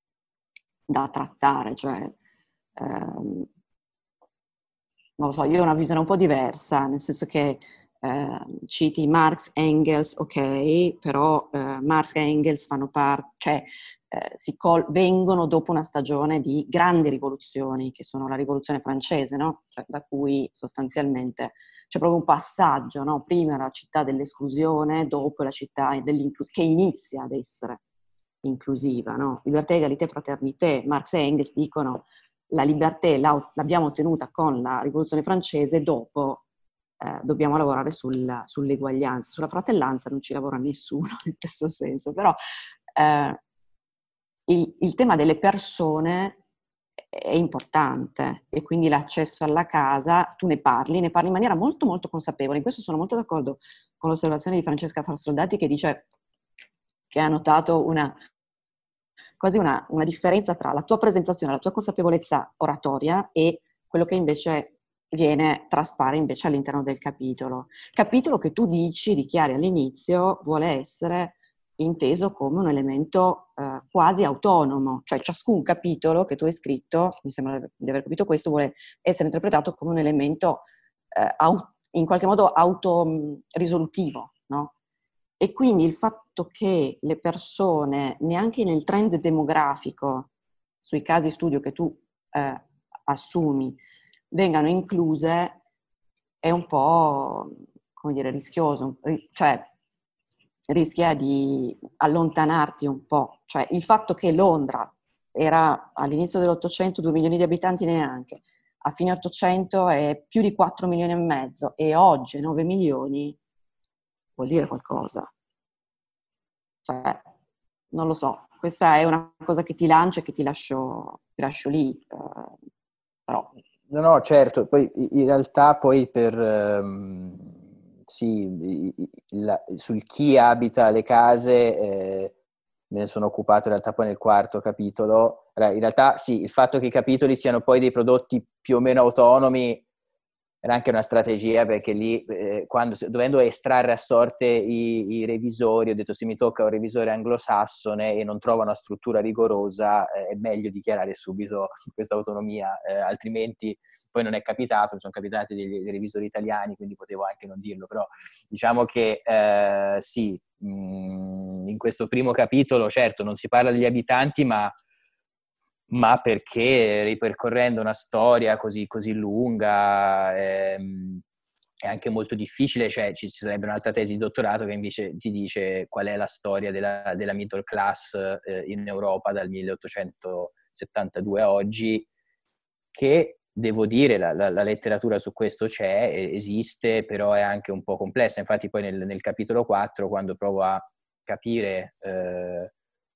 da trattare, cioè ehm, non lo so, io ho una visione un po' diversa, nel senso che eh, citi Marx, Engels, ok, però eh, Marx e Engels fanno parte, cioè eh, si col- vengono dopo una stagione di grandi rivoluzioni, che sono la rivoluzione francese, no? Cioè, da cui sostanzialmente c'è proprio un passaggio, no? Prima la città dell'esclusione, dopo la città che inizia ad essere inclusiva, no? Libertà, egalité, fraternité. Marx e Engels dicono la libertà l'abbiamo ottenuta con la rivoluzione francese, dopo eh, dobbiamo lavorare sul, sull'eguaglianza, sulla fratellanza non ci lavora nessuno in questo senso, però eh, il, il tema delle persone è importante e quindi l'accesso alla casa, tu ne parli, ne parli in maniera molto molto consapevole. In questo sono molto d'accordo con l'osservazione di Francesca Farsoldati, che dice che ha notato una quasi una, una differenza tra la tua presentazione, la tua consapevolezza oratoria e quello che invece viene, traspare invece all'interno del capitolo. Capitolo che tu dici, dichiari all'inizio, vuole essere inteso come un elemento eh, quasi autonomo, cioè ciascun capitolo che tu hai scritto, mi sembra di aver capito questo, vuole essere interpretato come un elemento eh, au- in qualche modo autorisolutivo, no? E quindi il fatto che le persone, neanche nel trend demografico, sui casi studio che tu eh, assumi, vengano incluse, è un po', come dire, rischioso, cioè rischia di allontanarti un po'. Cioè il fatto che Londra era all'inizio dell'Ottocento due milioni di abitanti neanche, a fine Ottocento è più di quattro milioni e mezzo e oggi nove milioni, vuol dire qualcosa. Cioè, non lo so, questa è una cosa che ti lancio e che ti lascio, ti lascio lì, eh, però... No, no, certo, poi in realtà poi per, ehm, sì, la, sul chi abita le case eh, me ne sono occupato in realtà poi nel quarto capitolo. In realtà sì, il fatto che i capitoli siano poi dei prodotti più o meno autonomi era anche una strategia, perché lì, eh, quando, dovendo estrarre a sorte i, i revisori, ho detto se mi tocca un revisore anglosassone e non trovo una struttura rigorosa, eh, è meglio dichiarare subito questa autonomia, eh, altrimenti poi non è capitato, mi sono capitati dei, dei revisori italiani, quindi potevo anche non dirlo, però diciamo che eh, sì, mh, in questo primo capitolo certo non si parla degli abitanti, ma ma perché ripercorrendo una storia così, così lunga ehm, è anche molto difficile, cioè ci sarebbe un'altra tesi di dottorato che invece ti dice qual è la storia della, della middle class eh, in Europa dal milleottocentosettantadue a oggi, che devo dire la, la, la letteratura su questo c'è, esiste, però è anche un po' complessa. Infatti poi nel, nel capitolo quattro, quando provo a capire eh,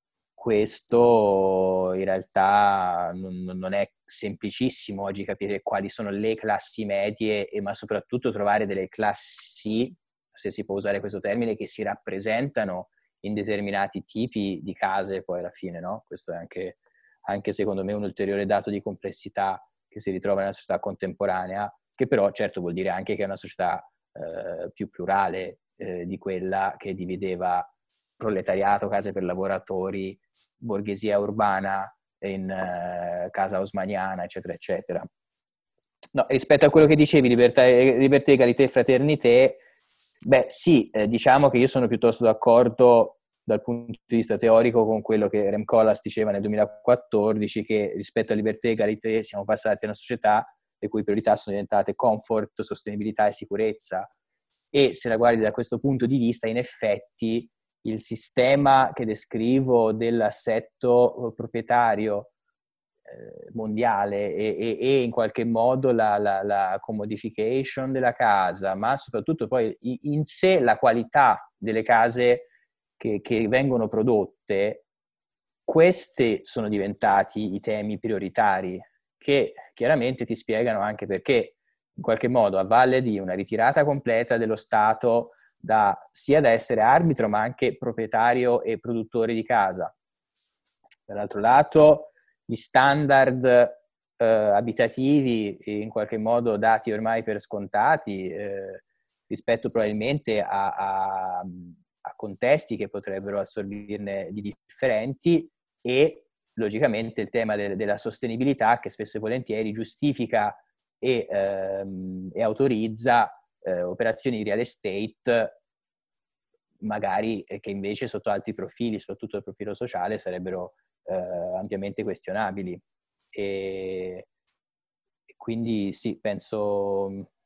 questo, in realtà non, non è semplicissimo oggi capire quali sono le classi medie, e ma soprattutto trovare delle classi, se si può usare questo termine, che si rappresentano in determinati tipi di case poi alla fine, no? Questo è anche, anche secondo me un ulteriore dato di complessità che si ritrova nella società contemporanea, che però certo vuol dire anche che è una società eh, più plurale eh, di quella che divideva proletariato, case per lavoratori, borghesia urbana in eh, casa haussmanniana, eccetera, eccetera. No, rispetto a quello che dicevi, libertà, libertà egalità e fraternité, beh sì, eh, diciamo che io sono piuttosto d'accordo dal punto di vista teorico con quello che Rem Koolhaas diceva nel duemilaquattordici, che rispetto a libertà e egalità siamo passati a una società le cui priorità sono diventate comfort, sostenibilità e sicurezza. E se la guardi da questo punto di vista, in effetti il sistema che descrivo dell'assetto proprietario eh, mondiale e, e, e in qualche modo la, la, la commodification della casa, ma soprattutto poi in sé la qualità delle case che, che vengono prodotte, questi sono diventati i temi prioritari che chiaramente ti spiegano anche perché, in qualche modo, a valle di una ritirata completa dello Stato, da, sia da essere arbitro ma anche proprietario e produttore di casa. Dall'altro lato, gli standard eh, abitativi, in qualche modo dati ormai per scontati, eh, rispetto probabilmente a, a, a contesti che potrebbero assorbirne di differenti, e logicamente il tema de- della sostenibilità, che spesso e volentieri giustifica e, ehm, e autorizza eh, operazioni di real estate magari eh, che invece sotto altri profili, soprattutto il profilo sociale, sarebbero eh, ampiamente questionabili. E, e quindi sì, penso